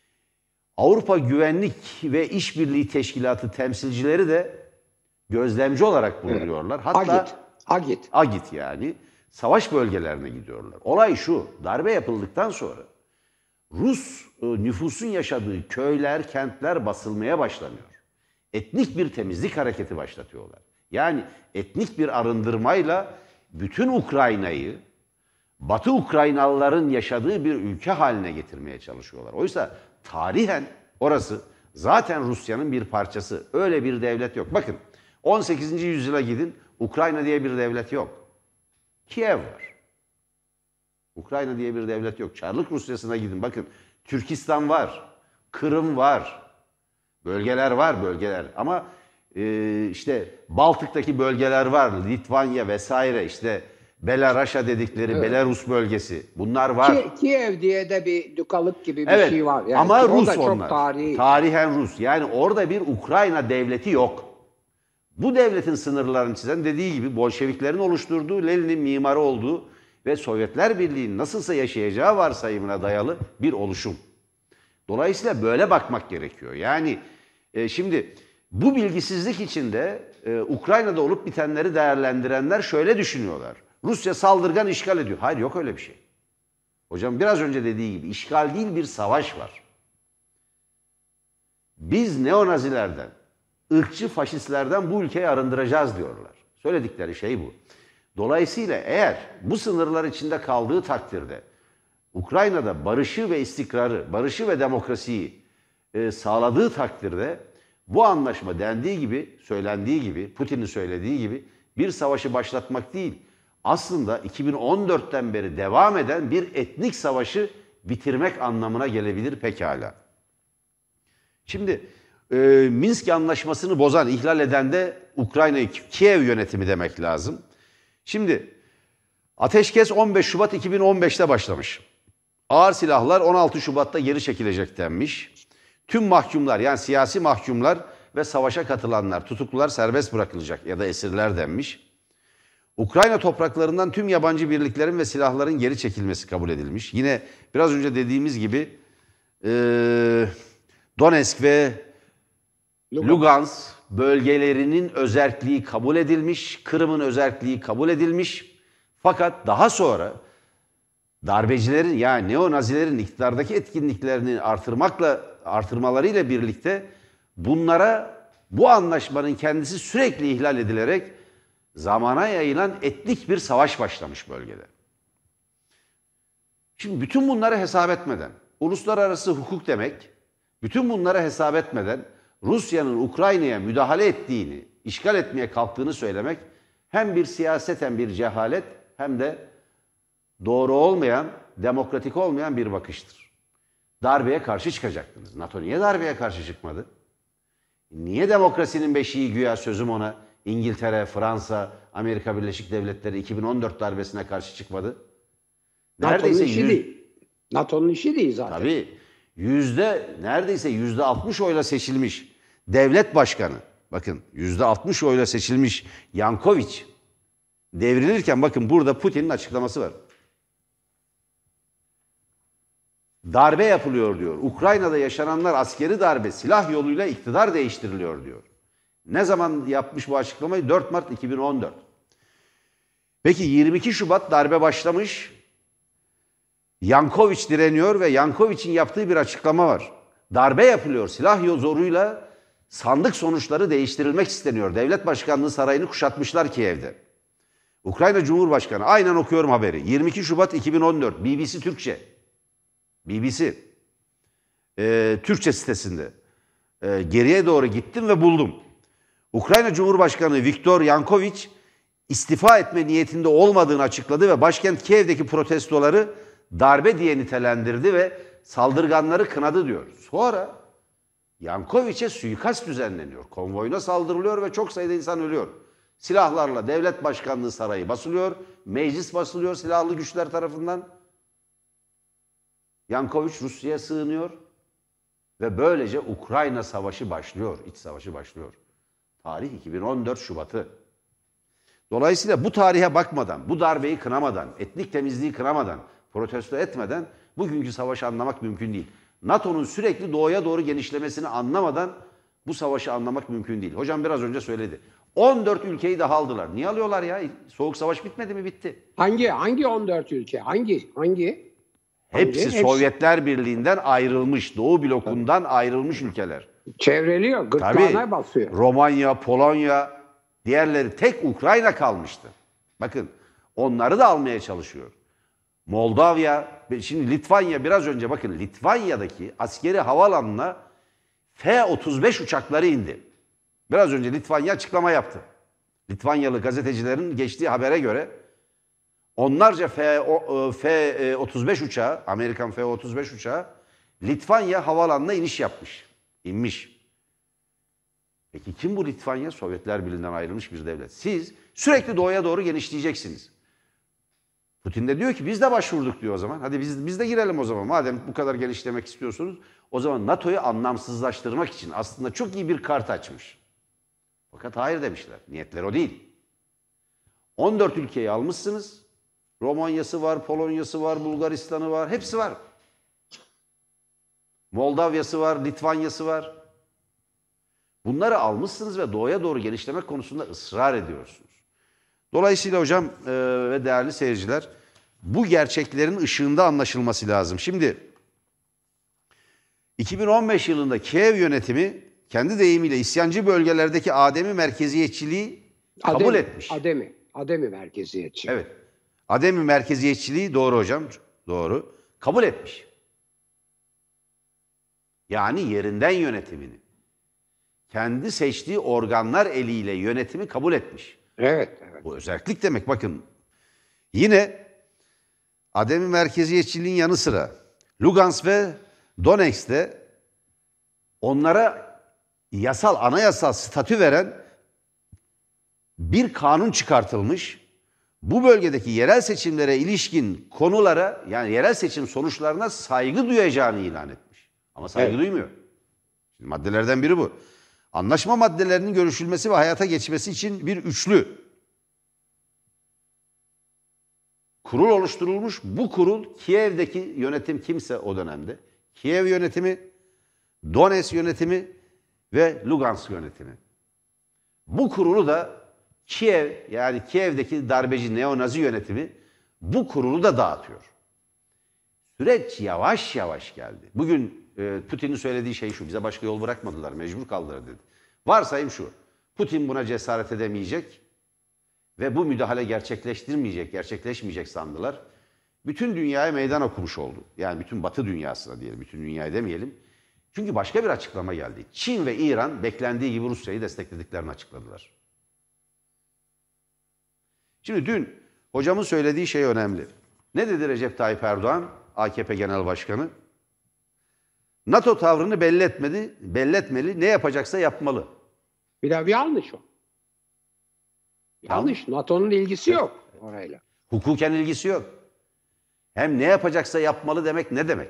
Avrupa Güvenlik ve İşbirliği Teşkilatı temsilcileri de gözlemci olarak bulunuyorlar. Evet. Hatta Agit. Agit. Agit yani savaş bölgelerine gidiyorlar. Olay şu, darbe yapıldıktan sonra Rus e, nüfusun yaşadığı köyler, kentler basılmaya başlanıyor. Etnik bir temizlik hareketi başlatıyorlar. Yani etnik bir arındırmayla bütün Ukrayna'yı Batı Ukraynalıların yaşadığı bir ülke haline getirmeye çalışıyorlar. Oysa tarihen orası zaten Rusya'nın bir parçası. Öyle bir devlet yok. Bakın on sekizinci yüzyıla gidin, Ukrayna diye bir devlet yok. Kiev var. Ukrayna diye bir devlet yok. Çarlık Rusyası'na gidin. Bakın Türkistan var. Kırım var. Bölgeler var, bölgeler. Ama e, işte Baltık'taki bölgeler var. Litvanya vesaire, işte Belarus'a dedikleri Evet. Belarus bölgesi. Bunlar var. Ki, Kiev diye de bir dukalık gibi bir Evet, şey var. Yani ama o Rus da çok onlar. tarihi. Tarihen Rus. Yani orada bir Ukrayna devleti yok. Bu devletin sınırlarını çizen, dediği gibi Bolşeviklerin oluşturduğu, Lenin'in mimarı olduğu ve Sovyetler Birliği'nin nasılsa yaşayacağı varsayımına dayalı bir oluşum. Dolayısıyla böyle bakmak gerekiyor. Yani e, şimdi bu bilgisizlik içinde e, Ukrayna'da olup bitenleri değerlendirenler şöyle düşünüyorlar. Rusya saldırgan, işgal ediyor. Hayır, yok öyle bir şey. Hocam biraz önce dediği gibi işgal değil, bir savaş var. Biz neonazilerden, ırkçı faşistlerden bu ülkeyi arındıracağız diyorlar. Söyledikleri şey bu. Dolayısıyla eğer bu sınırlar içinde kaldığı takdirde Ukrayna'da barışı ve istikrarı, barışı ve demokrasiyi e, sağladığı takdirde bu anlaşma dendiği gibi, söylendiği gibi, Putin'in söylediği gibi bir savaşı başlatmak değil, aslında iki bin on dörtten beri devam eden bir etnik savaşı bitirmek anlamına gelebilir pekala. Şimdi e, Minsk Anlaşması'nı bozan, ihlal eden de Ukrayna'yı, Kiev yönetimi demek lazım. Şimdi ateşkes on beş Şubat iki bin on beşte başlamış. Ağır silahlar on altı Şubat'ta geri çekilecek denmiş. Tüm mahkumlar, yani siyasi mahkumlar ve savaşa katılanlar, tutuklular serbest bırakılacak ya da esirler denmiş. Ukrayna topraklarından tüm yabancı birliklerin ve silahların geri çekilmesi kabul edilmiş. Yine biraz önce dediğimiz gibi e, Donetsk ve Lugansk. Lugansk bölgelerinin özerkliği kabul edilmiş, Kırım'ın özerkliği kabul edilmiş. Fakat daha sonra darbecilerin, yani neonazilerin iktidardaki etkinliklerini artırmakla artırmalarıyla birlikte bunlara bu anlaşmanın kendisi sürekli ihlal edilerek zamana yayılan etnik bir savaş başlamış bölgede. Şimdi bütün bunları hesap etmeden, uluslararası hukuk demek, bütün bunları hesap etmeden Rusya'nın Ukrayna'ya müdahale ettiğini, işgal etmeye kalktığını söylemek hem bir siyaseten bir cehalet hem de doğru olmayan, demokratik olmayan bir bakıştır. Darbeye karşı çıkacaktınız. NATO niye darbeye karşı çıkmadı? Niye demokrasinin beşiği güya, sözüm ona, İngiltere, Fransa, Amerika Birleşik Devletleri iki bin on dört darbesine karşı çıkmadı? NATO'nun işi yüz... değil. NATO'nun işi değil zaten. Tabii. Yüzde, neredeyse yüzde altmış oyla seçilmiş devlet başkanı, bakın yüzde altmış oyla seçilmiş Yankoviç devrilirken, bakın burada Putin'in açıklaması var. Darbe yapılıyor diyor. Ukrayna'da yaşananlar askeri darbe, silah yoluyla iktidar değiştiriliyor diyor. Ne zaman yapmış bu açıklamayı? dört Mart iki bin on dört. Peki yirmi iki Şubat darbe başlamış. Yankoviç direniyor ve Yankoviç'in yaptığı bir açıklama var. Darbe yapılıyor, silah zoruyla sandık sonuçları değiştirilmek isteniyor. Devlet Başkanlığı sarayını kuşatmışlar Kiev'de. Ukrayna Cumhurbaşkanı, aynen okuyorum haberi. yirmi iki Şubat iki bin on dört, B B C Türkçe. B B C. Ee, Türkçe sitesinde. Ee, geriye doğru gittim ve buldum. Ukrayna Cumhurbaşkanı Viktor Yankoviç istifa etme niyetinde olmadığını açıkladı ve başkent Kiev'deki protestoları darbe diye nitelendirdi ve saldırganları kınadı diyor. Sonra Yankoviç'e suikast düzenleniyor. Konvoyuna saldırılıyor ve çok sayıda insan ölüyor. Silahlarla devlet başkanlığı sarayı basılıyor, meclis basılıyor silahlı güçler tarafından. Yankoviç Rusya'ya sığınıyor ve böylece Ukrayna savaşı başlıyor, iç savaşı başlıyor. Tarih iki bin on dört Şubat'ı. Dolayısıyla bu tarihe bakmadan, bu darbeyi kınamadan, etnik temizliği kınamadan, protesto etmeden bugünkü savaşı anlamak mümkün değil. NATO'nun sürekli doğuya doğru genişlemesini anlamadan bu savaşı anlamak mümkün değil. Hocam biraz önce söyledi. on dört ülkeyi daha aldılar. Niye alıyorlar ya? Soğuk savaş bitmedi mi? Bitti. Hangi hangi on dört ülke? Hangi hangi? Hepsi Hangi? Sovyetler Birliği'nden ayrılmış, Doğu blokundan ayrılmış ülkeler. Çevreliyor, Tabii gırtlağına basıyor. Romanya, Polonya, diğerleri tek Ukrayna kalmıştı. Bakın onları da almaya çalışıyor. Moldavya, şimdi Litvanya biraz önce bakın Litvanya'daki askeri havaalanına F otuz beş uçakları indi. Biraz önce Litvanya açıklama yaptı. Litvanyalı gazetecilerin geçtiği habere göre onlarca F, F otuz beş uçağı, Amerikan F otuz beş uçağı Litvanya havaalanına iniş yapmış, inmiş. Peki kim bu Litvanya? Sovyetler Birliği'nden ayrılmış bir devlet. Siz sürekli doğuya doğru genişleyeceksiniz. Putin de diyor ki biz de başvurduk diyor o zaman. Hadi biz, biz de girelim o zaman. Madem bu kadar genişlemek istiyorsunuz. O zaman NATO'yu anlamsızlaştırmak için aslında çok iyi bir kart açmış. Fakat hayır demişler. Niyetler o değil. on dört ülkeyi almışsınız. Romanya'sı var, Polonya'sı var, Bulgaristan'ı var. Hepsi var. Moldavya'sı var, Litvanya'sı var. Bunları almışsınız ve doğuya doğru genişlemek konusunda ısrar ediyorsunuz. Dolayısıyla hocam e, ve değerli seyirciler bu gerçeklerin ışığında anlaşılması lazım. Şimdi iki bin on beş yılında Kiev yönetimi kendi deyimiyle isyancı bölgelerdeki ademi merkeziyetçiliği kabul Ademi, etmiş. Ademi, Ademi merkeziyetçi. Evet. Ademi merkeziyetçiliği doğru hocam. Doğru. Kabul etmiş. Yani yerinden yönetimini. Kendi seçtiği organlar eliyle yönetimi kabul etmiş. Evet, evet. Bu özellik demek bakın. Yine ademi merkeziyetçiliğin yanı sıra Lugansk ve Donetsk'te onlara yasal, anayasal statü veren bir kanun çıkartılmış. Bu bölgedeki yerel seçimlere ilişkin konulara, yani yerel seçim sonuçlarına saygı duyacağını ilan etmiş. Ama saygı Evet. duymuyor. Şimdi maddelerden biri bu. Anlaşma maddelerinin görüşülmesi ve hayata geçmesi için bir üçlü kurul oluşturulmuş. Bu kurul Kiev'deki yönetim kimse o dönemde. Kiev yönetimi, Donetsk yönetimi ve Lugansk yönetimi. Bu kurulu da Kiev, yani Kiev'deki darbeci neonazi yönetimi bu kurulu da dağıtıyor. Süreç yavaş yavaş geldi. Bugün e, Putin'in söylediği şey şu: bize başka yol bırakmadılar, mecbur kaldılar dedi. Varsayım şu: Putin buna cesaret edemeyecek ve bu müdahale gerçekleştirmeyecek, gerçekleşmeyecek sandılar. Bütün dünyaya meydan okumuş oldu. Yani bütün Batı dünyasına diyelim, bütün dünyaya demeyelim. Çünkü başka bir açıklama geldi. Çin ve İran beklendiği gibi Rusya'yı desteklediklerini açıkladılar. Şimdi dün hocamın söylediği şey önemli. Ne dedi Recep Tayyip Erdoğan, A K P Genel Başkanı? NATO tavrını belli etmedi, belli etmeli, ne yapacaksa yapmalı. Bir de yanlış o. Yanlış. NATO'nun ilgisi yok orayla. Hukuken ilgisi yok. Hem ne yapacaksa yapmalı demek ne demek?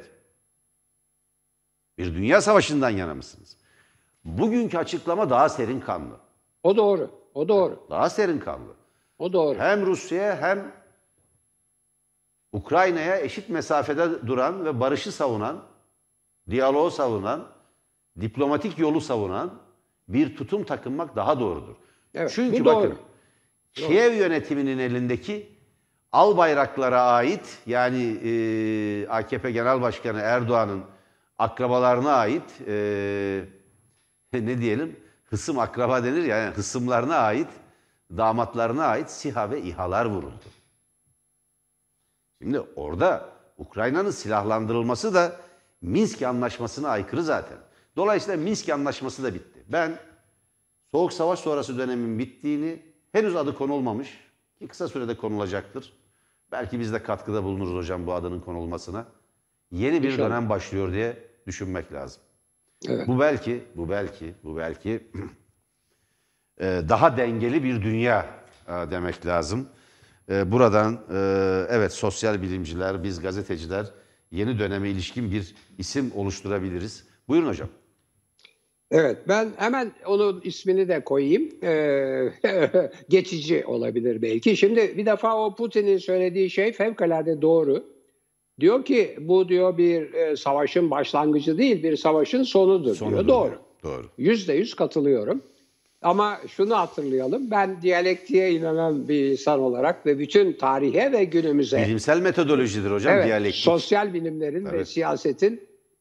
Bir dünya savaşından yana mısınız? Bugünkü açıklama daha serin kanlı. O doğru. O doğru. Daha serin kanlı. O doğru. Hem Rusya'ya hem Ukrayna'ya eşit mesafede duran ve barışı savunan, diyaloğu savunan, diplomatik yolu savunan bir tutum takınmak daha doğrudur. Evet, Çünkü bu bakın doğru. Kiev yönetiminin elindeki al bayraklara ait, yani e, A K P Genel Başkanı Erdoğan'ın akrabalarına ait e, ne diyelim, hısım akraba denir ya, yani hısımlarına ait, damatlarına ait SİHA ve İHA'lar vuruldu. Şimdi orada Ukrayna'nın silahlandırılması da Minsk Anlaşması'na aykırı zaten. Dolayısıyla Minsk Anlaşması da bitti. Ben Soğuk Savaş sonrası dönemin bittiğini, henüz adı konulmamış ki kısa sürede konulacaktır. Belki biz de katkıda bulunuruz hocam bu adının konulmasına. Yeni bir İnşallah. dönem başlıyor diye düşünmek lazım. Evet. Bu belki, bu belki, bu belki e, daha dengeli bir dünya e, demek lazım. E, buradan e, evet, sosyal bilimciler, biz gazeteciler yeni döneme ilişkin bir isim oluşturabiliriz. Buyurun hocam. Evet, ben hemen onun ismini de koyayım. Ee, geçici olabilir belki. Şimdi bir defa o Putin'in söylediği şey fevkalade doğru. Diyor ki bu diyor bir e, savaşın başlangıcı değil, bir savaşın sonudur, Sonudur diyor. Doğru. diyor. Doğru. Yüzde yüz katılıyorum. Ama şunu hatırlayalım, ben diyalektiğe inanan bir insan olarak ve bütün tarihe ve günümüze... Bilimsel metodolojidir hocam evet, diyalektik. sosyal bilimlerin Evet. ve siyasetin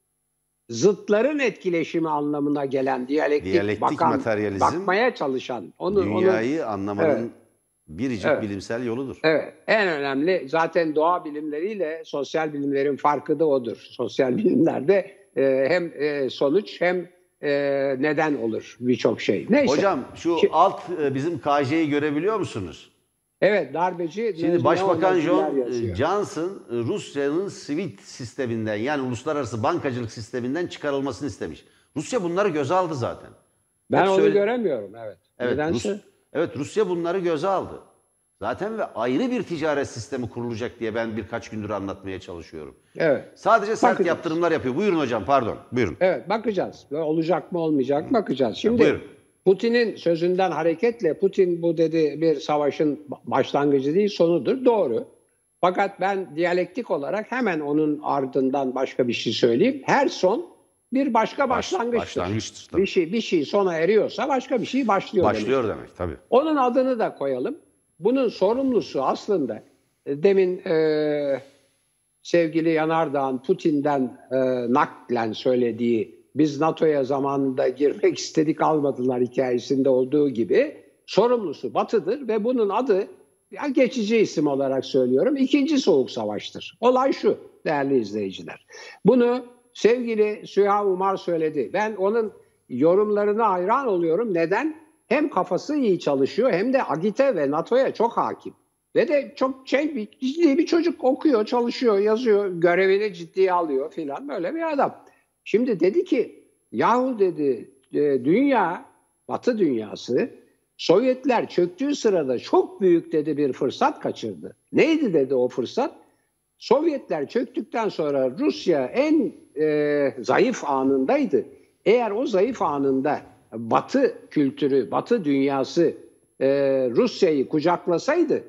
zıtların etkileşimi anlamına gelen diyalektik, Diyalektik bakan, materyalizm, bakmaya çalışan, onu, dünyayı onu, anlamanın evet. biricik Evet. bilimsel yoludur. Evet, en önemli zaten doğa bilimleriyle sosyal bilimlerin farkı da odur. Sosyal bilimlerde e, hem e, sonuç hem e, neden olur birçok şey. Neyse. Hocam şu Şi- alt e, bizim K J'yi görebiliyor musunuz? Evet, darbeci. Şimdi ne- Başbakan ne John yazıyor. Johnson e, Rusya'nın SWIFT sisteminden yani uluslararası bankacılık sisteminden çıkarılmasını istemiş. Rusya bunları göze aldı zaten. Ben Hep onu söyle- göremiyorum, evet. Evet, Nedense. Rus- evet Rusya bunları göze aldı. Zaten ve ayrı bir ticaret sistemi kurulacak diye ben birkaç gündür anlatmaya çalışıyorum. Evet. Sadece sert Bakacağız. yaptırımlar yapıyor. Buyurun hocam, pardon. Buyurun. Evet, bakacağız. Ve olacak mı olmayacak mı bakacağız. Şimdi Buyurun. Putin'in sözünden hareketle Putin bu dedi bir savaşın başlangıcı değil sonudur. Doğru. Fakat ben diyalektik olarak hemen onun ardından başka bir şey söyleyeyim. Her son bir başka Baş- başlangıçtır. başlangıçtır, tabii. Bir şey bir şey sona eriyorsa başka bir şey başlıyor. Başlıyor demek. demek tabii. Onun adını da koyalım. Bunun sorumlusu aslında e, demin e, sevgili Yanardağ'ın Putin'den e, naklen söylediği biz NATO'ya zamanında girmek istedik almadılar hikayesinde olduğu gibi sorumlusu Batı'dır ve bunun adı ya geçici isim olarak söylüyorum İkinci Soğuk Savaş'tır. Olay şu değerli izleyiciler. Bunu sevgili Süha Umar söyledi. Ben onun yorumlarına hayran oluyorum. Neden? Hem kafası iyi çalışıyor hem de agite ve NATO'ya çok hakim. Ve de çok şey, bir, ciddi bir çocuk okuyor, çalışıyor, yazıyor, görevini ciddiye alıyor filan böyle bir adam. Şimdi dedi ki yahu dedi e, dünya, Batı dünyası Sovyetler çöktüğü sırada çok büyük dedi bir fırsat kaçırdı. Neydi dedi o fırsat? Sovyetler çöktükten sonra Rusya en e, zayıf anındaydı. Eğer o zayıf anında Batı kültürü, Batı dünyası e, Rusya'yı kucaklasaydı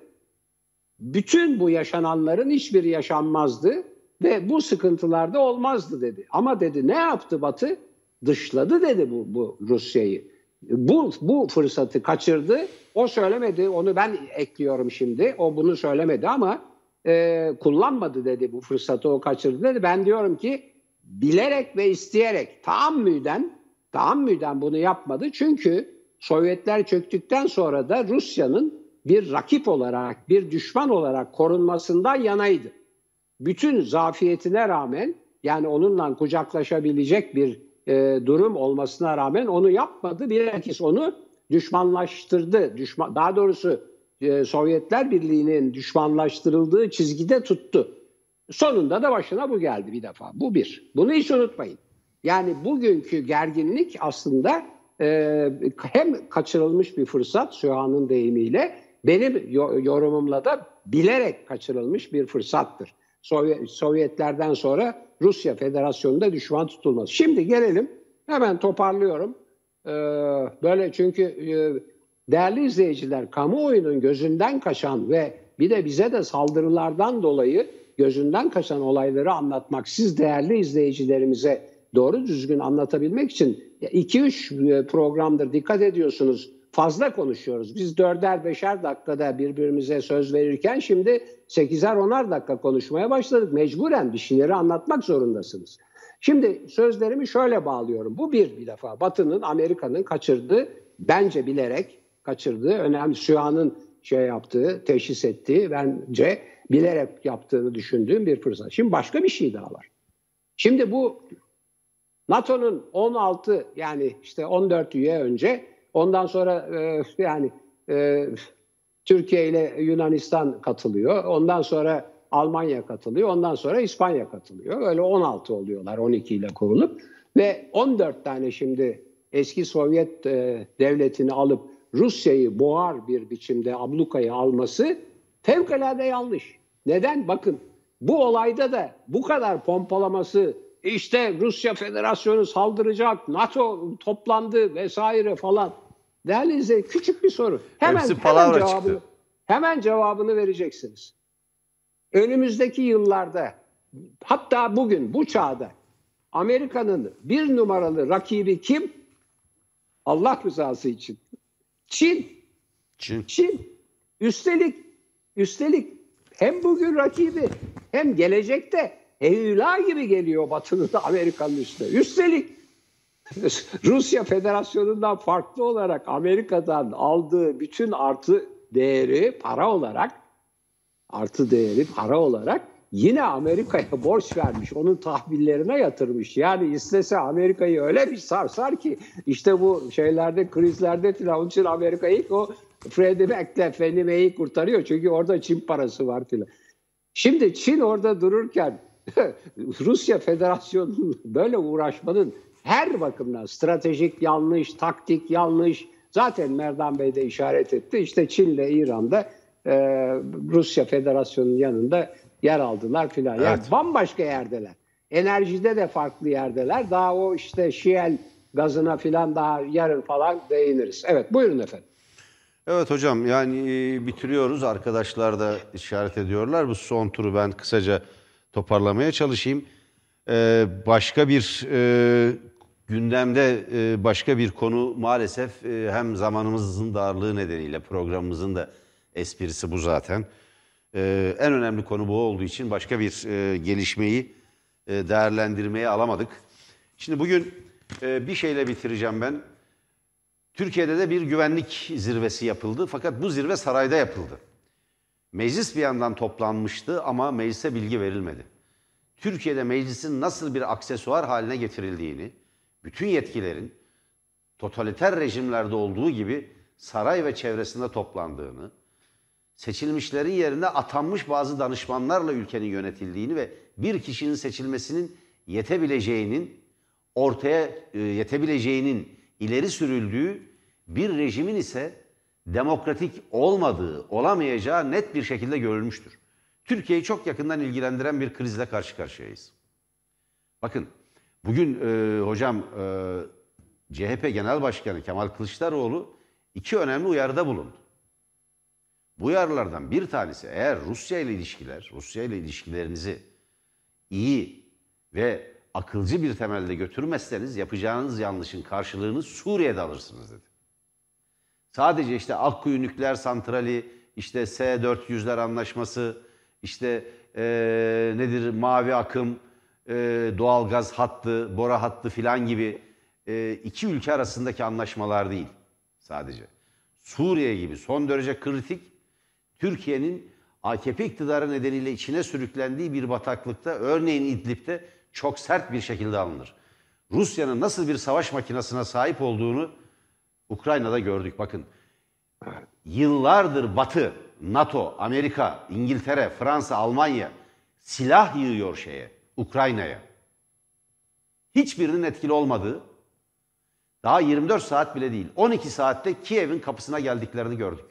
bütün bu yaşananların hiçbiri yaşanmazdı ve bu sıkıntılar da olmazdı dedi. Ama dedi ne yaptı Batı? Dışladı dedi bu, bu Rusya'yı. Bu, bu fırsatı kaçırdı. O söylemedi, onu ben ekliyorum şimdi. O bunu söylemedi ama e, kullanmadı dedi bu fırsatı o kaçırdı dedi. Ben diyorum ki bilerek ve isteyerek taammüden, taammüden bunu yapmadı. Çünkü Sovyetler çöktükten sonra da Rusya'nın bir rakip olarak, bir düşman olarak korunmasından yanaydı. Bütün zafiyetine rağmen yani onunla kucaklaşabilecek bir e, durum olmasına rağmen onu yapmadı. Bilakis onu düşmanlaştırdı. Düşman, daha doğrusu e, Sovyetler Birliği'nin düşmanlaştırıldığı çizgide tuttu. Sonunda da başına bu geldi bir defa. Bu bir. Bunu hiç unutmayın. Yani bugünkü gerginlik aslında e, hem kaçırılmış bir fırsat Süha'nın deyimiyle benim yorumumla da bilerek kaçırılmış bir fırsattır. Sovyet, Sovyetlerden sonra Rusya Federasyonu'nda düşman tutulması. Şimdi gelelim hemen toparlıyorum. Ee, böyle çünkü e, değerli izleyiciler kamuoyunun gözünden kaçan ve bir de bize de saldırılardan dolayı gözünden kaçan olayları anlatmak, siz değerli izleyicilerimize doğru düzgün anlatabilmek için iki üç programdır dikkat ediyorsunuz. Fazla konuşuyoruz. Biz dörder beşer dakikada birbirimize söz verirken şimdi sekizer onar dakika konuşmaya başladık. Mecburen bir şeyleri anlatmak zorundasınız. Şimdi sözlerimi şöyle bağlıyorum. Bu bir bir defa Batı'nın, Amerika'nın kaçırdığı, bence bilerek kaçırdığı, önemli Süha'nın şey yaptığı, teşhis ettiği, bence bilerek yaptığını düşündüğüm bir fırsat. Şimdi başka bir şey daha var. Şimdi bu NATO'nun on altı yani işte on dört üye önce ondan sonra e, yani e, Türkiye ile Yunanistan katılıyor. Ondan sonra Almanya katılıyor. Ondan sonra İspanya katılıyor. Öyle on altı oluyorlar on iki ile kurulup. Ve on dört tane şimdi eski Sovyet e, devletini alıp Rusya'yı boğar bir biçimde ablukayı alması fevkalade yanlış. Neden? Bakın bu olayda da bu kadar pompalaması işte Rusya Federasyonu saldıracak, NATO toplandı vesaire falan. Değerli izleyiciler, küçük bir soru. Hemen, Hepsi hemen palavra cevabını, çıktı. hemen cevabını vereceksiniz. Önümüzdeki yıllarda hatta bugün bu çağda Amerika'nın bir numaralı rakibi kim? Allah rızası için. Çin. Çin. Çin. Üstelik üstelik hem bugün rakibi hem gelecekte heyula gibi geliyor Batı'nın da Amerika'nın üstüne. Üstelik Rusya Federasyonu'ndan farklı olarak Amerika'dan aldığı bütün artı değeri para olarak artı değeri para olarak yine Amerika'ya borç vermiş. Onun tahvillerine yatırmış. Yani istese Amerika'yı öyle bir sarsar ki işte bu şeylerde krizlerde filan onun için Amerika'yı o Freddie Mac'le Fannie Mae'yi kurtarıyor. Çünkü orada Çin parası var filan. Şimdi Çin orada dururken Rusya Federasyonu'nun böyle uğraşmanın her bakımdan stratejik yanlış, taktik yanlış. Zaten Merdan Bey de işaret etti. İşte Çin'le İran'da e, Rusya Federasyonu'nun yanında yer aldılar filan. Yani Evet. bambaşka yerdeler. Enerjide de farklı yerdeler. Daha o işte Şiel gazına filan daha yarın falan değiniriz. Evet, buyurun efendim. Evet hocam, yani e, bitiriyoruz. Arkadaşlar da işaret ediyorlar. Bu son turu ben kısaca toparlamaya çalışayım. Ee, başka bir e, gündemde e, başka bir konu maalesef e, hem zamanımızın darlığı nedeniyle programımızın da esprisi bu zaten. E, en önemli konu bu olduğu için başka bir e, gelişmeyi e, değerlendirmeye alamadık. Şimdi bugün e, bir şeyle bitireceğim ben. Türkiye'de de bir güvenlik zirvesi yapıldı fakat bu zirve sarayda yapıldı. Meclis bir yandan toplanmıştı ama meclise bilgi verilmedi. Türkiye'de meclisin nasıl bir aksesuar haline getirildiğini, bütün yetkilerin totaliter rejimlerde olduğu gibi saray ve çevresinde toplandığını, seçilmişlerin yerine atanmış bazı danışmanlarla ülkenin yönetildiğini ve bir kişinin seçilmesinin yetebileceğinin ortaya e, yetebileceğinin ileri sürüldüğü bir rejimin ise demokratik olmadığı, olamayacağı net bir şekilde görülmüştür. Türkiye'yi çok yakından ilgilendiren bir krizle karşı karşıyayız. Bakın bugün e, hocam e, C H P Genel Başkanı Kemal Kılıçdaroğlu iki önemli uyarıda bulundu. Bu uyarılardan bir tanesi, eğer Rusya ile ilişkiler, Rusya ile ilişkilerinizi iyi ve akılcı bir temelde götürmezseniz yapacağınız yanlışın karşılığını Suriye'de alırsınız dedi. Sadece işte Akkuyu Nükleer Santrali, işte S dört yüzler anlaşması, işte ee, nedir mavi akım, e, doğalgaz hattı, bora hattı filan gibi e, iki ülke arasındaki anlaşmalar değil sadece. Suriye gibi son derece kritik, Türkiye'nin A K P iktidarı nedeniyle içine sürüklendiği bir bataklıkta, örneğin İdlib'de çok sert bir şekilde alınır. Rusya'nın nasıl bir savaş makinesine sahip olduğunu Ukrayna'da gördük. Bakın yıllardır Batı, NATO, Amerika, İngiltere, Fransa, Almanya silah yığıyor şeye, Ukrayna'ya. Hiçbirinin etkili olmadığı, daha yirmi dört saat bile değil, on iki saatte Kiev'in kapısına geldiklerini gördük.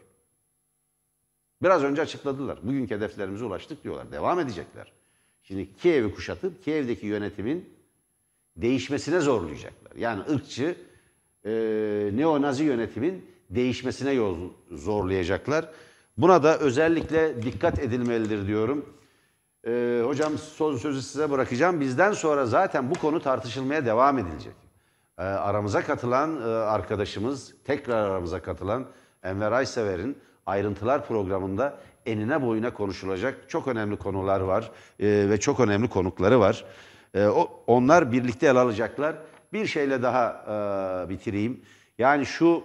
Biraz önce açıkladılar. Bugünkü hedeflerimize ulaştık diyorlar. Devam edecekler. Şimdi Kiev'i kuşatıp Kiev'deki yönetimin değişmesine zorlayacaklar. Yani ırkçı, e, neo-nazi yönetimin değişmesine yol zorlayacaklar. Buna da özellikle dikkat edilmelidir diyorum. E, hocam son sözü size bırakacağım. Bizden sonra zaten bu konu tartışılmaya devam edilecek. E, aramıza katılan e, arkadaşımız, tekrar aramıza katılan Enver Aysever'in Ayrıntılar programında enine boyuna konuşulacak çok önemli konular var e, ve çok önemli konukları var. E, o, onlar birlikte ele alacaklar. Bir şeyle daha e, bitireyim. Yani şu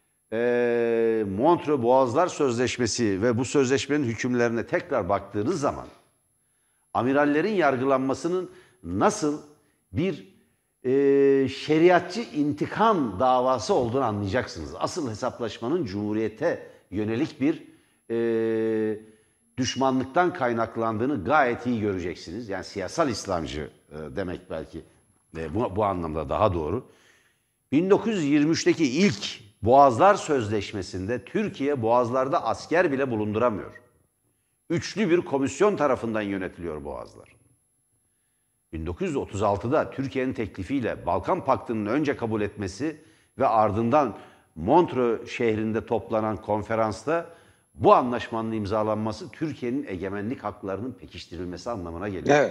e, Montreux Boğazlar Sözleşmesi ve bu sözleşmenin hükümlerine tekrar baktığınız zaman amirallerin yargılanmasının nasıl bir e, şeriatçı intikam davası olduğunu anlayacaksınız. Asıl hesaplaşmanın Cumhuriyete yönelik bir e, düşmanlıktan kaynaklandığını gayet iyi göreceksiniz. Yani siyasal İslamcı e, demek belki e, bu, bu anlamda daha doğru. bin dokuz yüz yirmi üçteki ilk Boğazlar Sözleşmesi'nde Türkiye boğazlarda asker bile bulunduramıyor. Üçlü bir komisyon tarafından yönetiliyor boğazlar. bin dokuz yüz otuz altıda Türkiye'nin teklifiyle Balkan Paktı'nın önce kabul etmesi ve ardından Montreux şehrinde toplanan konferansta bu anlaşmanın imzalanması Türkiye'nin egemenlik haklarının pekiştirilmesi anlamına geliyor. Evet.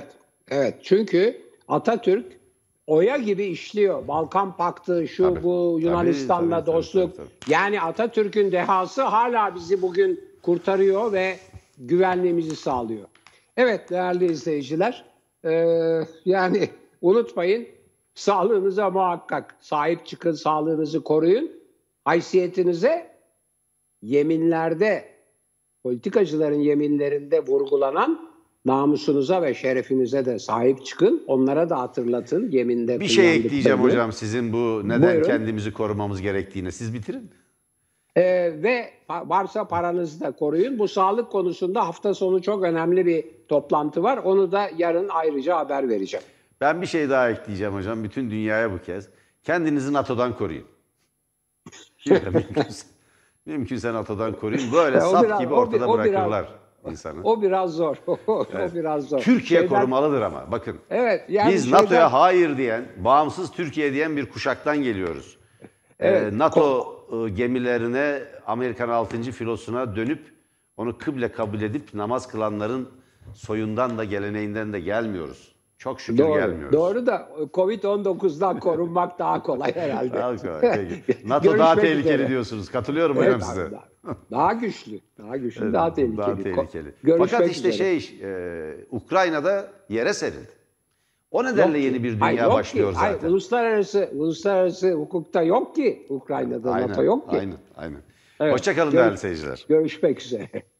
Evet, çünkü Atatürk Oya gibi işliyor. Balkan Paktı, şu Tabii, bu Yunanistan'la tabii, tabii, dostluk. tabii, Yani Atatürk'ün dehası hala bizi bugün kurtarıyor ve güvenliğimizi sağlıyor. Evet değerli izleyiciler, e, yani unutmayın, sağlığınıza muhakkak sahip çıkın, sağlığınızı koruyun. Haysiyetinize yeminlerde, politikacıların yeminlerinde vurgulanan namusunuza ve şerefinize de sahip çıkın. Onlara da hatırlatın yeminde. Bir şey ekleyeceğim kullandıklarını. hocam sizin bu neden Buyurun. kendimizi korumamız gerektiğine. Siz bitirin. Ee, ve pa- varsa paranızı da koruyun. Bu sağlık konusunda hafta sonu çok önemli bir toplantı var. Onu da yarın ayrıca haber vereceğim. Ben bir şey daha ekleyeceğim hocam. Bütün dünyaya bu kez. Kendinizi NATO'dan koruyun. mümkünse, mümkünse NATO'dan koruyun. Böyle E, o sap biraz- gibi o ortada bir- o bırakırlar insanı. O biraz zor. o biraz zor. Türkiye Şeyden- korumalıdır ama bakın. Evet. Yani Biz şeyden- NATO'ya hayır diyen, bağımsız Türkiye diyen bir kuşaktan geliyoruz. Evet, Ee, NATO e, gemilerine, Amerikan altıncı filosuna dönüp onu kıble kabul edip namaz kılanların soyundan da geleneğinden de gelmiyoruz. Çok şükür Doğru. gelmiyoruz. Doğru da kovid on dokuzdan korunmak daha kolay herhalde. Daha kolay, peki. NATO daha Görüşmek tehlikeli üzere. diyorsunuz. Katılıyorum Evet, hocam abi, size. Daha, daha güçlü. Daha güçlü, Evet, daha tehlikeli. Daha tehlikeli. Görüşmek Fakat işte üzere. şey, e, Ukrayna'da yere serildi. O nedenle Yok yeni ki. bir Hayır, dünya yok başlıyor ki. zaten. Hayır, uluslararası uluslararası hukukta yok ki Ukrayna'da Aynen, NATO yok ki. aynen, aynen. Evet. Hoşça kalın Görüş- değerli seyirciler. Görüşmek üzere.